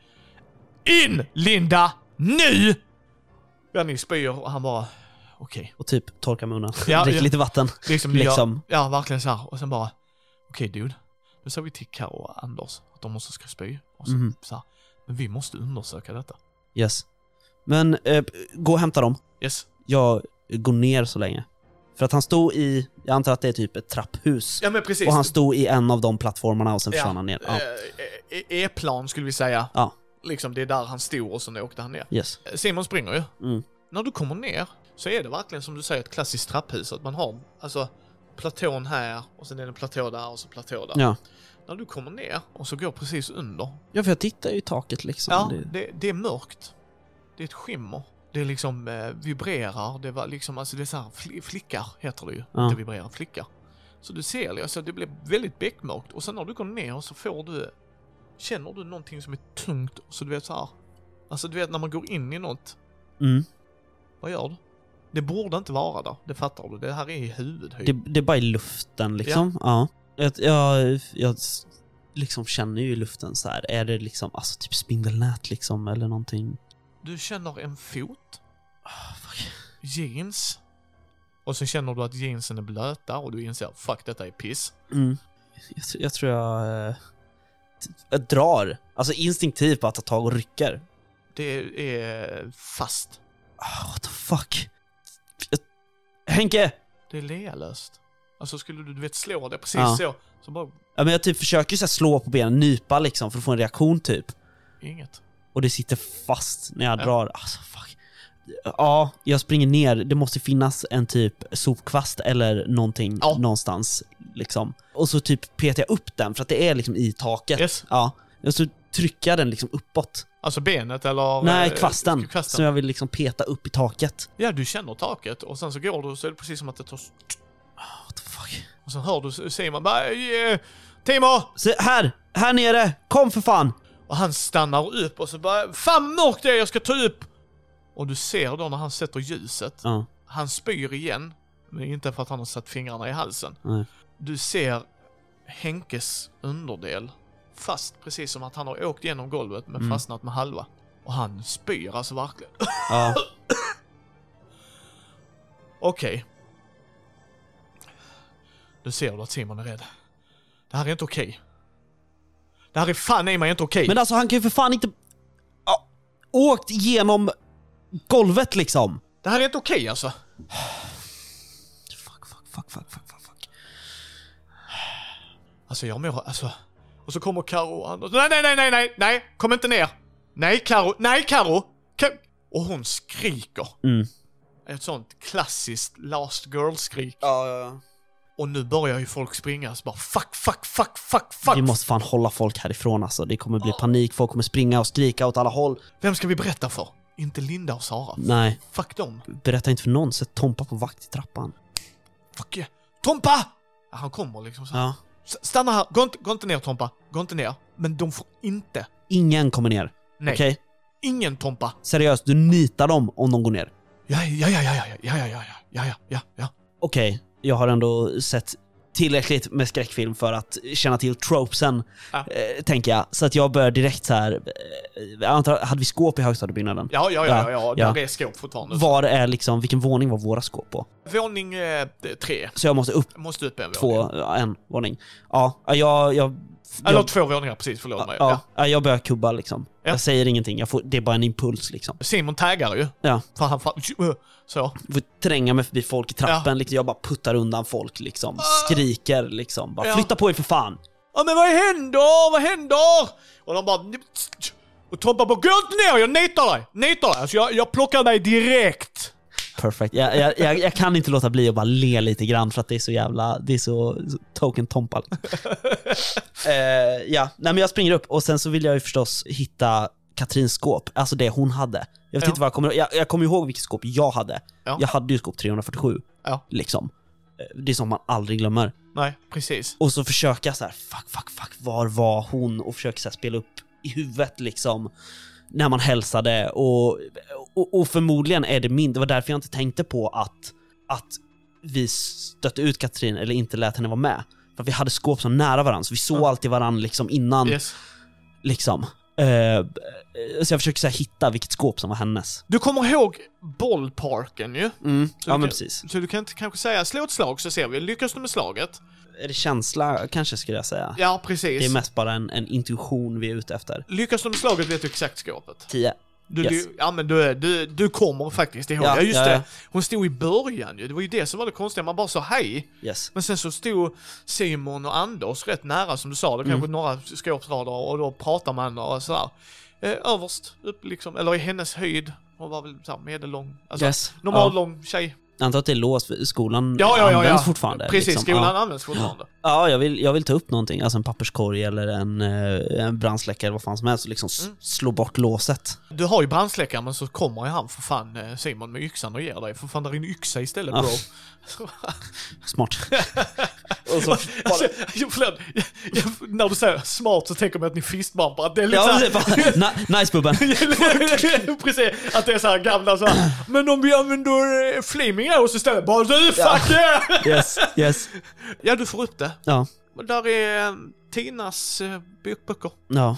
In, Linda! Nu! Ja, ni spyr och han bara, okej. Okay. Och typ torka munnen. Ja, Drick ja. lite vatten. Liksom, liksom. Ja, ja, verkligen så här. Och sen bara, okej okay, dude. Nu sa vi till Karo och Anders att de måste ska spy. Och så, Mm. så här, men vi måste undersöka detta. Yes. Men eh, gå och hämta dem. Yes. Jag går ner så länge. För att han stod i, jag antar att det är typ ett trapphus. Ja, men precis. Och han stod i en av de plattformarna och sen försvann han ner. Ja. Eh, E-plan skulle vi säga. Ja. Liksom det är där han stod och sen åkte han ner. Yes. Simon springer ju. Mm. När du kommer ner så är det verkligen som du säger ett klassiskt trapphus. Att man har alltså platån här och sen är det en platå där och så platå där. Ja. När du kommer ner och så går precis under. Ja, för jag tittar ju i taket liksom. Ja, Det- det, det är mörkt. Det är ett skimmer. Det är liksom eh, vibrerar. Det var liksom, alltså det är så här, fl- flickar heter det ju. Ja. Inte vibrerar, flickar. Så du ser, alltså det blir väldigt beckmörkt. Och sen när du går ner så får du, känner du någonting som är tungt. Så du vet så här, alltså du vet när man går in i något. Mm. Vad gör du? Det borde inte vara där, det fattar du. Det här är i huvudhöjd. Det, det är bara i luften liksom. Ja. Jag, jag, jag liksom känner ju i luften så här. Är det liksom, alltså typ spindelnät liksom eller någonting? Du känner en fot, Oh, fuck. jeans. Och så känner du att jeansen är blöta och du inser, fuck detta är piss. Mm. Jag, tr- jag tror jag, eh, t- jag drar. Alltså instinktivt bara att ta tag och rycker. Det är fast. Oh, what the fuck? Jag, Henke! Det är lealöst. Alltså skulle du, du vet, slå det precis Ja. så. Så bara, Ja, men jag typ försöker så här slå på benen, nypa liksom för att få en reaktion typ. inget. Och det sitter fast när jag Ja. drar. Alltså fuck. Ja, jag springer ner. Det måste finnas en typ sopkvast eller någonting Ja. någonstans liksom. Och så typ petar jag upp den för att det är liksom i taket. Yes. Ja. Och så trycker jag den liksom uppåt. Alltså benet eller... Nej, eh, kvasten. kvasten. Så jag vill liksom peta upp i taket. Ja, du känner taket och sen så går du så är det precis som att det tar... What the fuck? Och sen hör du Simon bara, eh, Timo! Så här! Här nere! Kom för fan! Och han stannar upp och så bara, fan mörkt det är, jag ska ta upp! Och du ser då när han sätter ljuset, Ja. han spyr igen, men inte för att han har satt fingrarna i halsen. Nej. Du ser Henkes underdel fast, precis som att han har åkt genom golvet men Mm. fastnat med halva. Och han spyr alltså verkligen. Ja. Okej. Du ser du att Simon är rädd. Det här är inte okej. Det här är fan i mig inte okej. Men alltså han kan ju för fan inte... Ja, åkt genom golvet liksom. Det här är inte okej alltså. Fuck, fuck, fuck, fuck, fuck, fuck, fuck. Alltså jag mår, alltså. Och så kommer Karo och Anders. Nej, nej, nej, nej, nej, nej, kom inte ner. Nej, Karo, nej, Karo. Ka- och hon skriker. Mm. Ett sånt klassiskt last girl-skrik. Ja, ja, ja. Och nu börjar ju folk springa så bara fuck, fuck, fuck, fuck, fuck. Vi måste fan hålla folk härifrån alltså. Det kommer bli panik, folk kommer springa och skrika åt alla håll. Vem ska vi berätta för? Inte Linda och Sara. Nej, Fuck dem. berätta inte för någon. Sätt Tompa på vakt i trappan. Fuck yeah. Tompa! Ja, han kommer liksom så. Ja. S- Stanna här, gå inte, gå inte ner Tompa. Gå inte ner. Men de får inte. Ingen kommer ner. Nej. Okej? Ingen Tompa. Seriöst, du nitar dem om de går ner. Ja, ja, ja, ja, ja, ja, ja, ja, ja, ja, ja, ja. Okej, jag har ändå sett tillräckligt med skräckfilm för att känna till tropesen, Ja. eh, tänker jag. Så att jag börjar direkt så här. Eh, jag antar, hade vi skåp i högstadiebyggnaden? Ja, ja, ja, ja, Ja, ja. ja. Där är skåp fortfarande. Var är liksom, vilken våning var våra skåp på? Våning eh, tre. Så jag måste upp Jag måste upp en två, våning. ja, en våning. Ja, jag, jag Eller jag, två våningar, precis, förlåt mig. ja, Ja. ja, jag börjar kubba liksom. Ja. Jag säger ingenting, jag får, det är bara en impuls liksom. Simon taggar ju. Ja. För han fan, så. Jag får tränga mig förbi folk i trappen, Ja. liksom. Jag bara puttar undan folk liksom. Skriker liksom. Bara Ja. flytta på er för fan. Ja, men vad händer? Vad händer? Och de bara... Och Tompa bara, gå inte ner, jag nitar dig. Nitar dig. Alltså jag, jag plockar dig direkt. Perfect. Jag, jag, jag, jag kan inte låta bli att bara le lite grann för att det är så jävla, det är så, så token Tompa. uh, ja, nej men jag springer upp och sen så vill jag ju förstås hitta Katrins skåp, alltså det hon hade. Jag vet Ja. inte vad jag kommer, jag, jag kommer ihåg vilket skåp jag hade. Ja. Jag hade ju skåp trehundrafyrtiosju. Ja. Liksom. Det är som man aldrig glömmer. Nej, precis. Och så försöker jag så här, fuck, fuck, fuck, var var hon? Och försöker så här spela upp i huvudet liksom. När man hälsade och, och, och förmodligen är det min, det var därför jag inte tänkte på att, att vi stötte ut Katrin eller inte lät henne vara med. För att vi hade skåp så nära varandra, så vi såg Ja. alltid varandra liksom innan. Yes. Liksom. Uh, så jag försöker så här, hitta vilket skåp som var hennes. Du kommer ihåg bollparken ju. Mm. Så Ja du men kan, precis. Så du kan inte kanske säga, slå ett slag så ser vi. Lyckas du med slaget? Är det känsla kanske skulle jag säga. Ja, precis. Det är mest bara en, en intuition vi är ute efter. Lyckas du med slaget vet du exakt skåpet. Tio. Du, Yes. du, ja men du, du, du kommer faktiskt ihåg. Ja, Ja, just ja, det. ja. Hon stod i början ju. Det var ju det som var det konstiga. Man bara sa hej. Yes. Men sen så stod Simon och Anders rätt nära som du sa. Det kanske Mm. några skåpsrader och då pratar man och sådär. Eh, överst upp liksom, eller i hennes höjd. Hon var väl så här medellång. Alltså, Yes. normal Ja. lång tjej. Jag antar att det är låst för skolan Ja, ja, ja, används ja. fortfarande. Precis, liksom. skolan Ja. används fortfarande. Ja, jag vill, jag vill ta upp någonting, alltså en papperskorg eller en, eh, en brandsläckare eller vad fan som helst och liksom s- Mm. slå bort låset. Du har ju brandsläckaren men så kommer ju han för fan eh, Simon med yxan och ger dig. För fan där är en yxa istället Ja. bro. Smart. och så, Alltså, jag, förlåt, jag, jag, när du säger smart så tänker man att ni fistbumpar. Att det är lite ja, så det här, är bara, nice bubben. precis, att det är så här gamla så här. Men om vi använder eh, flaming arrows istället, bara du fuck yeah! Yes, yes. Ja, du får upp det. Ja, Och där är eh, Tinas eh, bokböcker. ja.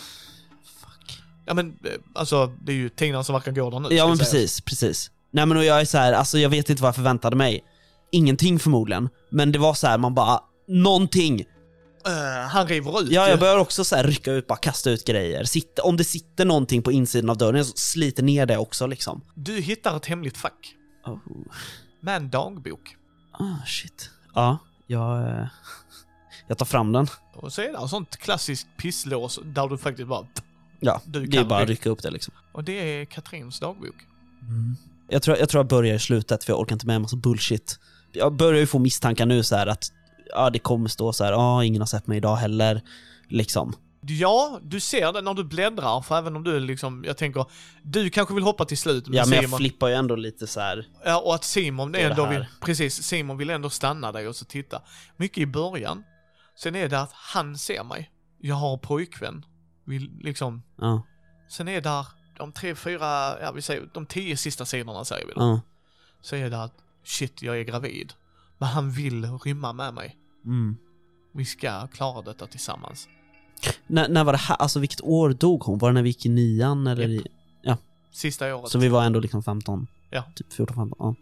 Ja men, eh, alltså det är ju Tina som verkar gå där nu. Ja ska men jag säga. precis, precis. Nej men och jag är så här, alltså jag vet inte vad jag förväntade mig. Ingenting förmodligen, men det var så här, man bara, någonting. Eh, han river ut. Ja, ju. jag börjar också så här rycka ut, bara kasta ut grejer. Sitta, om det sitter någonting på insidan av dörren, så sliter ner det också liksom. Du hittar ett hemligt fack. Oh. Med en dagbok. Ah, shit. Ja, jag, eh, jag tar fram den. Och så är det en sånt klassiskt pisslås där du faktiskt bara... Ja, Du det är kan bara att det. rycka upp det liksom. Och det är Katrins dagbok. Jag tror, jag tror jag börjar i slutet för jag orkar inte med en massa bullshit. Jag börjar ju få misstankar nu så här att ja, det kommer stå så här, ja, ingen har sett mig idag heller. Liksom. Ja, du ser det när du bläddrar, för även om du liksom, jag tänker, du kanske vill hoppa till slut med Ja, men jag Simon. flippar ju ändå lite så här. Ja, och att Simon Det är ändå det här. vill, precis, Simon vill ändå stanna dig och så titta. Mycket i början. Sen är det att han ser mig. Jag har pojkvän. Vill liksom, Ja, sen är där de tre, fyra, ja vi säger, de tio sista sidorna säger vi då. ja. Så är det att, shit, jag är gravid. Men han vill rymma med mig. Mm. Vi ska klara detta tillsammans. När, när var det här? Alltså vilket år dog hon? Var det när vi gick i nian eller i... Sista året. Så vi var ändå liksom femton. Ja. Typ fjorton femton. Ja.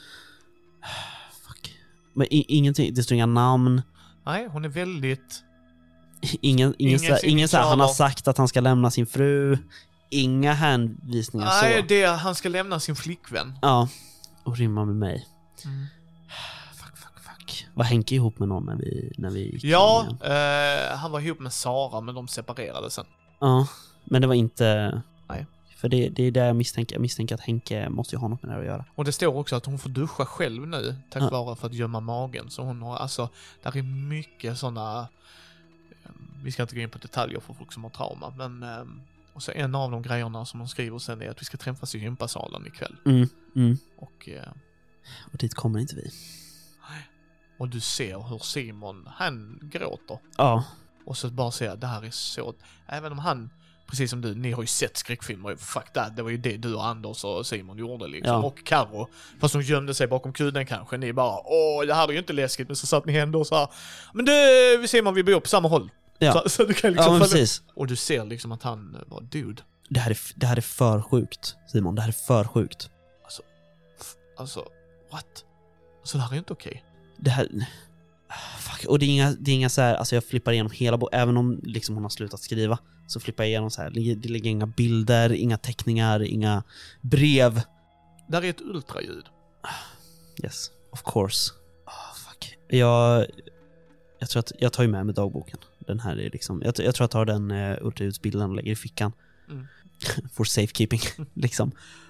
Fuck. Men i, ingenting, det står inga namn. Nej, hon är väldigt... Ingen, ingen, Ingen så, här- ingen så här, han har signaler. sagt att han ska lämna sin fru. Inga hänvisningar Nej, så. det är han ska lämna sin flickvän. Ja. Och rymma med mig. Mm. Fuck, fuck, fuck. Var Henke ihop med någon när vi, när vi gick Ja, in? eh, han var ihop med Sara, men de separerade sen. Ja, men det var inte... Nej. För det, det är det jag misstänker. Jag misstänker att Henke måste ju ha något med det här att göra. Och det står också att hon får duscha själv nu, tack Ja. vare för att gömma magen. Så hon har, alltså, där är mycket sådana... Vi ska inte gå in på detaljer för folk som har trauma, men... Eh, och så en av de grejerna som hon skriver sen är att vi ska träffas i gympasalen ikväll. Mm, mm. Och... Eh, Och dit kommer inte vi. och du ser hur Simon, han gråter. Ja. Och så bara säga, det här är så... Även om han, precis som du, ni har ju sett skräckfilmer, fuck that, det var ju det du och Anders och Simon gjorde liksom. Ja. Och Karo, fast de gömde sig bakom kudden kanske. Ni bara, åh, det här är ju inte läskigt, men så satt ni ändå och så här. Men det, Simon, vi bor på samma håll. Ja. Så, så du kan liksom Ja, men följa- precis. Och du ser liksom att han var dude. Det här, är, det här är för sjukt, Simon. Det här är för sjukt. Alltså, what? Alltså det här är inte okej. Det här... Fuck. Och det är inga, det är inga så här, alltså jag flippar igenom hela boken, även om liksom hon har slutat skriva, så flippar jag igenom så här, det ligger inga bilder, inga teckningar, inga brev. Där är ett ultraljud. Yes, of course. Oh, fuck. Jag, jag tror att jag tar ju med mig dagboken. Den här är liksom, jag, jag tror jag tar den uh, ultraljudsbilden och lägger i fickan. Mm. For safekeeping, liksom.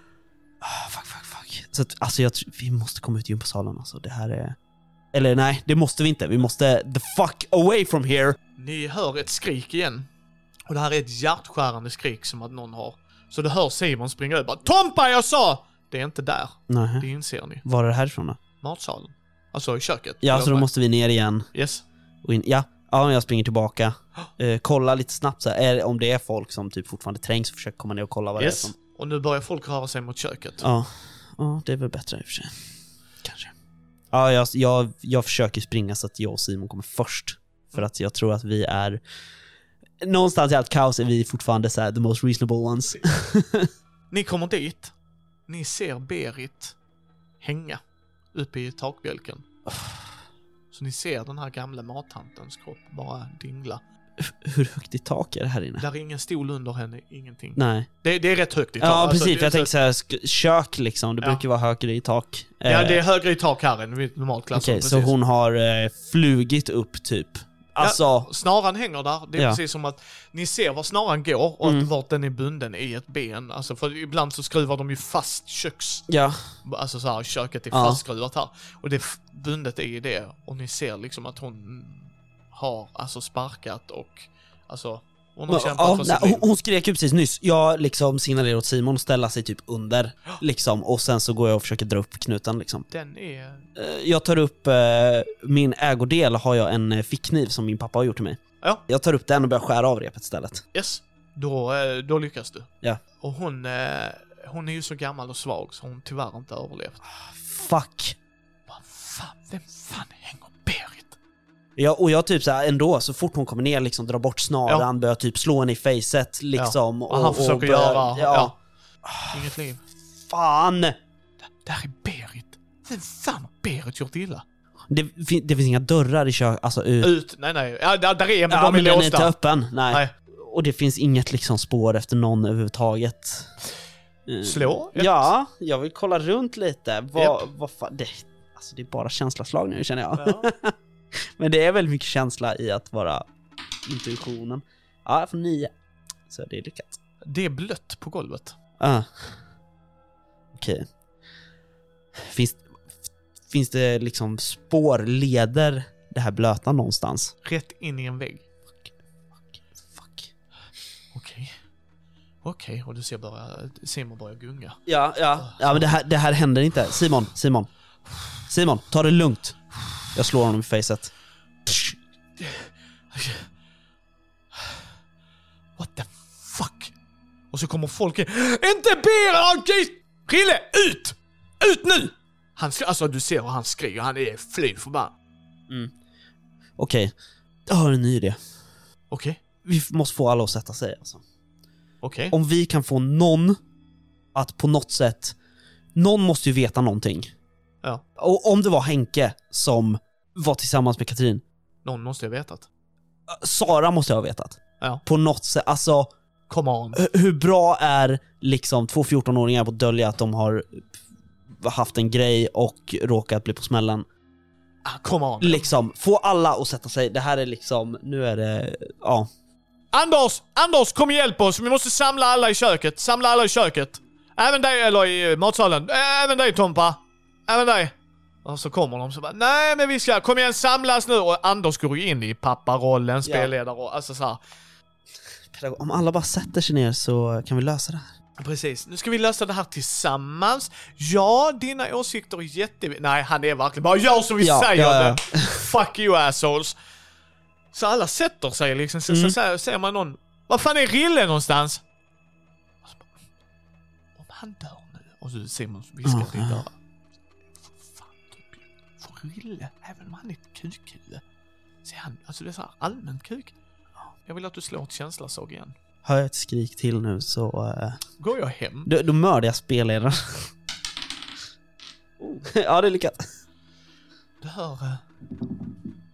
Oh, fuck, fuck, fuck. Så att, alltså jag, vi måste komma ut i gympasalen, alltså. Det här är... Eller nej, det måste vi inte. Vi måste the fuck away from here. Ni hör ett skrik igen. Och det här är ett hjärtskärande skrik som att någon har. Så du hör Simon springa över. Tompa, jag sa! Det är inte där. Nej. Det inser ni. Var är det härifrån då? Matsalen. Alltså i köket. Ja, så då måste vi ner igen. Yes. Och in, ja, ja, jag springer tillbaka. Uh, kolla lite snabbt så här, är, om det är folk som typ fortfarande trängs och försöker komma ner och kolla vad yes. det är som... Och nu börjar folk röra sig mot köket. Ja, ja, det är väl bättre i och för sig. Kanske. Ja, jag, jag, jag försöker springa så att jag och Simon kommer först. För att jag tror att vi är... Någonstans i allt kaos är vi fortfarande så här, the most reasonable ones. Ni kommer dit. Ni ser Berit hänga uppe i takbjälken. Så ni ser den här gamla mathantens kropp bara dingla. Hur högt i tak är det här inne? Där är ingen stol under henne, ingenting. Nej. Det, det är rätt högt i tak. Ja, alltså, precis. det, för jag så... tänker så här, sk- kök liksom. Det ja. brukar ju vara högre i tak. Ja, det är högre i tak här än vid normalt klass. Okej, okay, så hon har eh, flugit upp typ. Alltså... Ja, snaran hänger där. Det är ja. precis som att ni ser var snaran går och mm. att vart den är bunden i ett ben. Alltså för ibland så skruvar de ju fast köks... Ja. Alltså så här, köket är ja. fastskruvat här. Och det är bundet i det. Och ni ser liksom att hon har alltså sparkat och alltså... Hon har kämpat ja, för nej, sitt liv. Hon skrek ju precis nyss. Jag liksom signalerar åt Simon att ställa sig typ under. Liksom, och sen så går jag och försöker dra upp knuten liksom. Den är... Jag tar upp eh, min ägodel, har jag en fickkniv som min pappa har gjort till mig. Ja. Jag tar upp den och börjar skära av repet istället. Yes, då, då lyckas du. Ja. Och hon, hon är ju så gammal och svag så hon tyvärr inte överlevt. Fuck. Vad fan, vem fan hänger Berit? Ja, och jag typ så här ändå, så fort hon kommer ner liksom drar bort snaran, ja. börjar typ slå henne i facet liksom. Ja. Och, och han försöker och börjar, göra, ja. ja. Inget liv. Fan! D- där är Berit. Vem fan har Berit gjort illa? Det, det finns inga dörrar i kök, alltså ut. Ut, nej nej. Ja, där, där är men ja, de är men den låsta. är inte öppen, nej. nej. Och det finns inget liksom spår efter någon överhuvudtaget. Slå? Ett. Ja, jag vill kolla runt lite. Vad, yep. vad fan, det, alltså det är bara känslaslag nu känner jag. Ja. Men det är väldigt mycket känsla i att vara intuitionen. Ja, jag får nio. Så det är lyckat. Det är blött på golvet. Ah. Okej. Okay. Finns, finns det liksom spår, leder det här blöta någonstans? Rätt in i en vägg. Fuck. Fuck. Fuck. Okej. Okay. Okej, okay. Och du ser bara Simon börjar gunga. Ja, ja. Ja, men det här, det här händer inte. Simon, Simon. Simon, ta det lugnt. Jag slår honom i facet. What the fuck? Och så kommer folk in. Inte Berit! Okej! Rille, ut! Ut nu! Han, alltså du ser hur han skriker. Han är fly förbannad. Mm. Okej. Okay. Jag har en ny idé. Okej. Okay. Vi måste få alla att sätta sig alltså. Okej. Okay. Om vi kan få någon att på något sätt... Någon måste ju veta någonting. Ja. Och om det var Henke som var tillsammans med Katrin. Någon måste jag vetat. Sara måste jag ha vetat. Ja. På något sätt, alltså... Come on. Hur bra är liksom två fjorton-åringar på att dölja att de har haft en grej och råkat bli på smällen? Ah, come on. Liksom, få alla att sätta sig. Det här är liksom, nu är det, ja. Anders! Anders, kom och hjälp oss. Vi måste samla alla i köket. Samla alla i köket. Även dig, eller i matsalen. Även dig, Tompa. Även dig. Och så kommer de så bara, nej men vi ska, kom igen, samlas nu. Och Anders går ju in i papparollen, spelledare och alltså så här. Om alla bara sätter sig ner så kan vi lösa det här. Precis, nu ska vi lösa det här tillsammans. Ja, dina åsikter är jätte... Nej, han är verkligen bara, gör som vi ja, säger ja, ja. det. Fuck you assholes. Så alla sätter sig liksom, så, mm. så, så ser man någon, vad fan är Rille någonstans? Om han dör nu. Och så ser man viskar oh, till dörren. Fan, typ. För Rille, även om han är ett kukhuvud. Så han, alltså det är så här allmänt kuk. Jag vill att du slår ett känslasåg igen. Hör jag ett skrik till nu så... Uh... Går jag hem? Då, då mördar jag spelledaren. oh. Ja, det är lyckat. Du hör... Uh...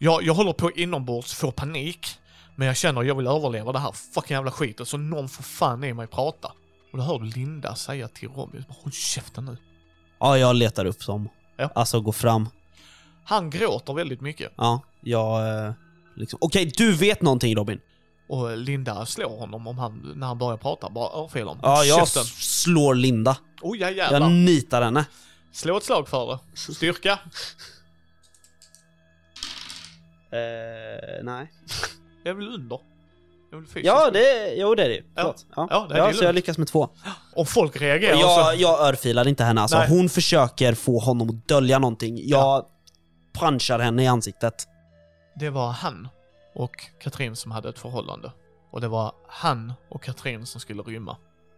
Jag, jag håller på inombords, får panik. Men jag känner att jag vill överleva det här fucking jävla skiten. Så någon får fan i mig prata. Och då hör du Linda säga till Robin, håll käften nu. Ja, jag letar upp dem. Ja. Alltså, gå fram. Han gråter väldigt mycket. Ja, jag... Eh, liksom. Okej, okay, du vet någonting, Robin. Och Linda slår honom om han, när han börjar prata. Bara örfil honom. Ja, jag käften. slår Linda. Oh, ja, jävlar. Jag nitar henne. Slå ett slag för det. Styrka. Eh, nej. Jag vill under. Jag vill fysiskt. Ja, det, jo, det är det. Ja. Ja, Ja, det är ja det så jag lyckas med två. Om folk reagerar Jag, så... jag örfilar inte henne alltså. Nej. Hon försöker få honom att dölja någonting. Jag Ja. punchar henne i ansiktet. Det var han och Katrin som hade ett förhållande. Och det var han och Katrin som skulle rymma.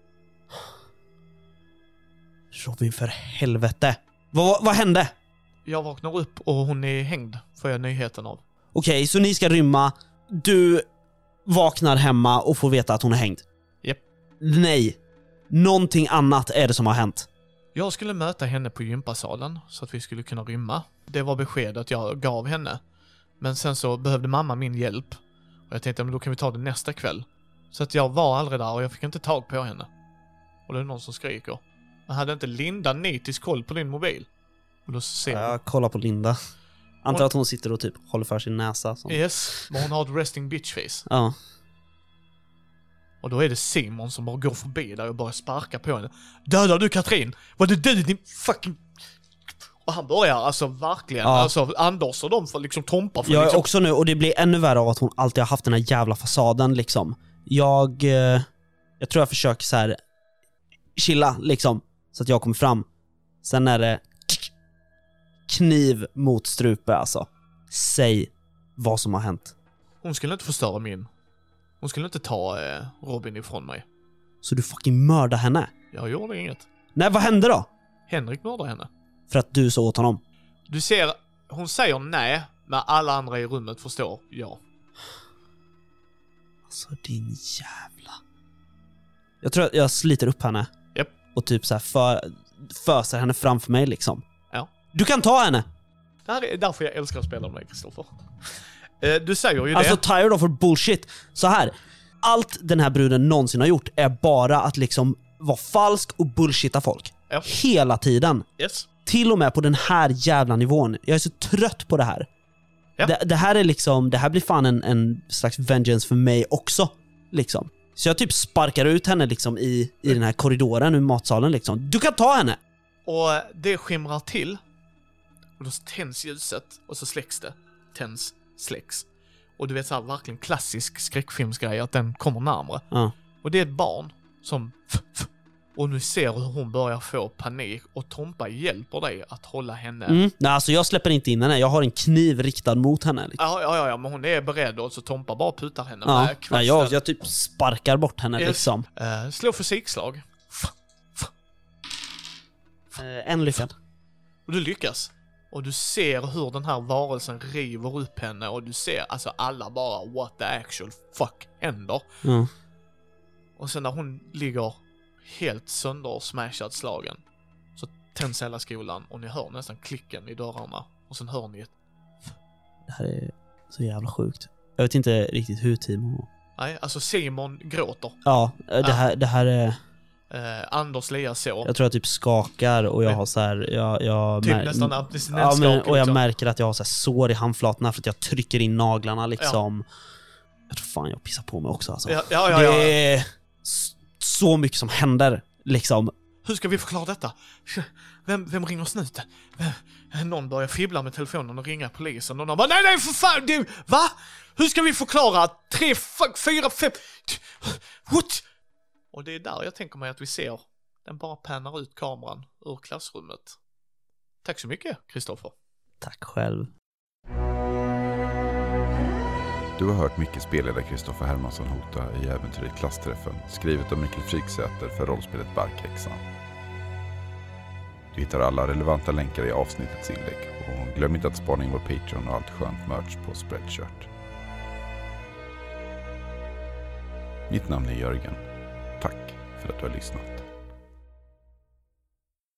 Robin, för helvete. Vad, vad hände? Jag vaknar upp och hon är hängd, får jag nyheten av. Okej, så ni ska rymma. Du vaknar hemma och får veta att hon är hängd. Japp. Nej. Någonting annat är det som har hänt. Jag skulle möta henne på gympasalen så att vi skulle kunna rymma. Det var beskedet jag gav henne. Men sen så behövde mamma min hjälp. Och jag tänkte, men då kan vi ta det nästa kväll. Så att jag var aldrig där och jag fick inte tag på henne. Och det är någon som skriker. Jag hade inte Linda nitisk koll på din mobil? Och då ser Jag jag. kollar på Linda. Antar Hon- att hon sitter och typ håller för sin näsa. Som... Yes, men hon har ett resting bitch face. Ja. Och då är det Simon som bara går förbi där och börjar sparka på henne. Dödar du Katrin? Var det du din fucking... Och han börjar alltså verkligen, Ja. alltså Anders och de får liksom trompa för Jag är liksom... också nu, och det blir ännu värre av att hon alltid har haft den här jävla fasaden liksom. Jag eh, jag tror jag försöker så här chilla liksom, så att jag kommer fram. Sen är det kniv mot strupe alltså. Säg vad som har hänt. Hon skulle inte förstöra min. Hon skulle inte ta eh, Robin ifrån mig. Så du fucking mördar henne? Jag gjorde inget. Nej, vad hände då? Henrik mördade henne. För att du så åt honom. Du ser, hon säger nej, men alla andra i rummet förstår ja. Alltså din jävla... Jag tror att jag sliter upp henne. Japp. Och typ så här för, föser henne framför mig liksom. Ja. Du kan ta henne! Det här är därför jag älskar att spela med dig, Kristoffer. Eh, du säger ju Alltså det. tired of her bullshit. Så här. Allt den här bruden någonsin har gjort är bara att liksom vara falsk och bullshitta folk. Ja. Hela tiden. Yes. Till och med på den här jävla nivån. Jag är så trött på det här. Ja. Det, det här är liksom, det här blir fan en, en slags vengeance för mig också. Liksom. Så jag typ sparkar ut henne liksom i, i den här korridoren ur matsalen liksom. Du kan ta henne! Och det skimrar till. Och då tänds ljuset och så släcks det. Tänds, släcks. Och du vet så här, verkligen klassisk skräckfilmsgrej att den kommer närmare. Ja. Och det är ett barn som... Och nu ser hur hon börjar få panik och Tompa hjälper dig att hålla henne. Mm. Nej, alltså jag släpper inte in henne. Jag har en kniv riktad mot henne. Liksom. Ja, ja, ja, men hon är beredd och så Tompa bara putar henne Ja. med Nej, kvasten. jag, jag typ sparkar bort henne Yes. liksom. Eh, slå fysikslag. Eh, en lyckad. Och du lyckas. Och du ser hur den här varelsen river upp henne och du ser alltså alla bara what the actual fuck händer. Ja. Och sen när hon ligger helt sönder och smashad slagen så tänds hela skolan och ni hör nästan klicken i dörrarna och sen hör ni ett... Det här är så jävla sjukt. Jag vet inte riktigt hur Timo... Nej, alltså Simon gråter. Ja, det Ja. här, det här är... Eh, Anders ler så. Jag tror jag typ skakar och jag Men- har så här... Jag, jag Typ mär- nästan abstinensskak Ja, men, och jag liksom. märker att jag har så här sår i handflatorna för att jag trycker in naglarna liksom. Jag tror fan jag pissar på mig också alltså. Ja, ja, ja, ja. Det är s- så mycket som händer liksom. Hur ska vi förklara detta? Vem, vem ringer snuten? Eh, Någon börjar fibbla med telefonen och ringa polisen och någon bara nej, nej, för fan, du, va? Hur ska vi förklara? Tre, fuck, fyra, fem, what? Och det är där jag tänker mig att vi ser den bara pannar ut kameran ur klassrummet. Tack så mycket, Kristoffer. Tack själv. Du har hört mycket spelledare Kristoffer Hermansson hota i äventyret Klassträffen, skrivet av Mikael Fryksäter för rollspelet Barkhäxan. Du hittar alla relevanta länkar i avsnittets inlägg och glöm inte att spana in vår Patreon och allt skönt merch på Spreadshirt. Mitt namn är Jörgen. Tack för att du har lyssnat.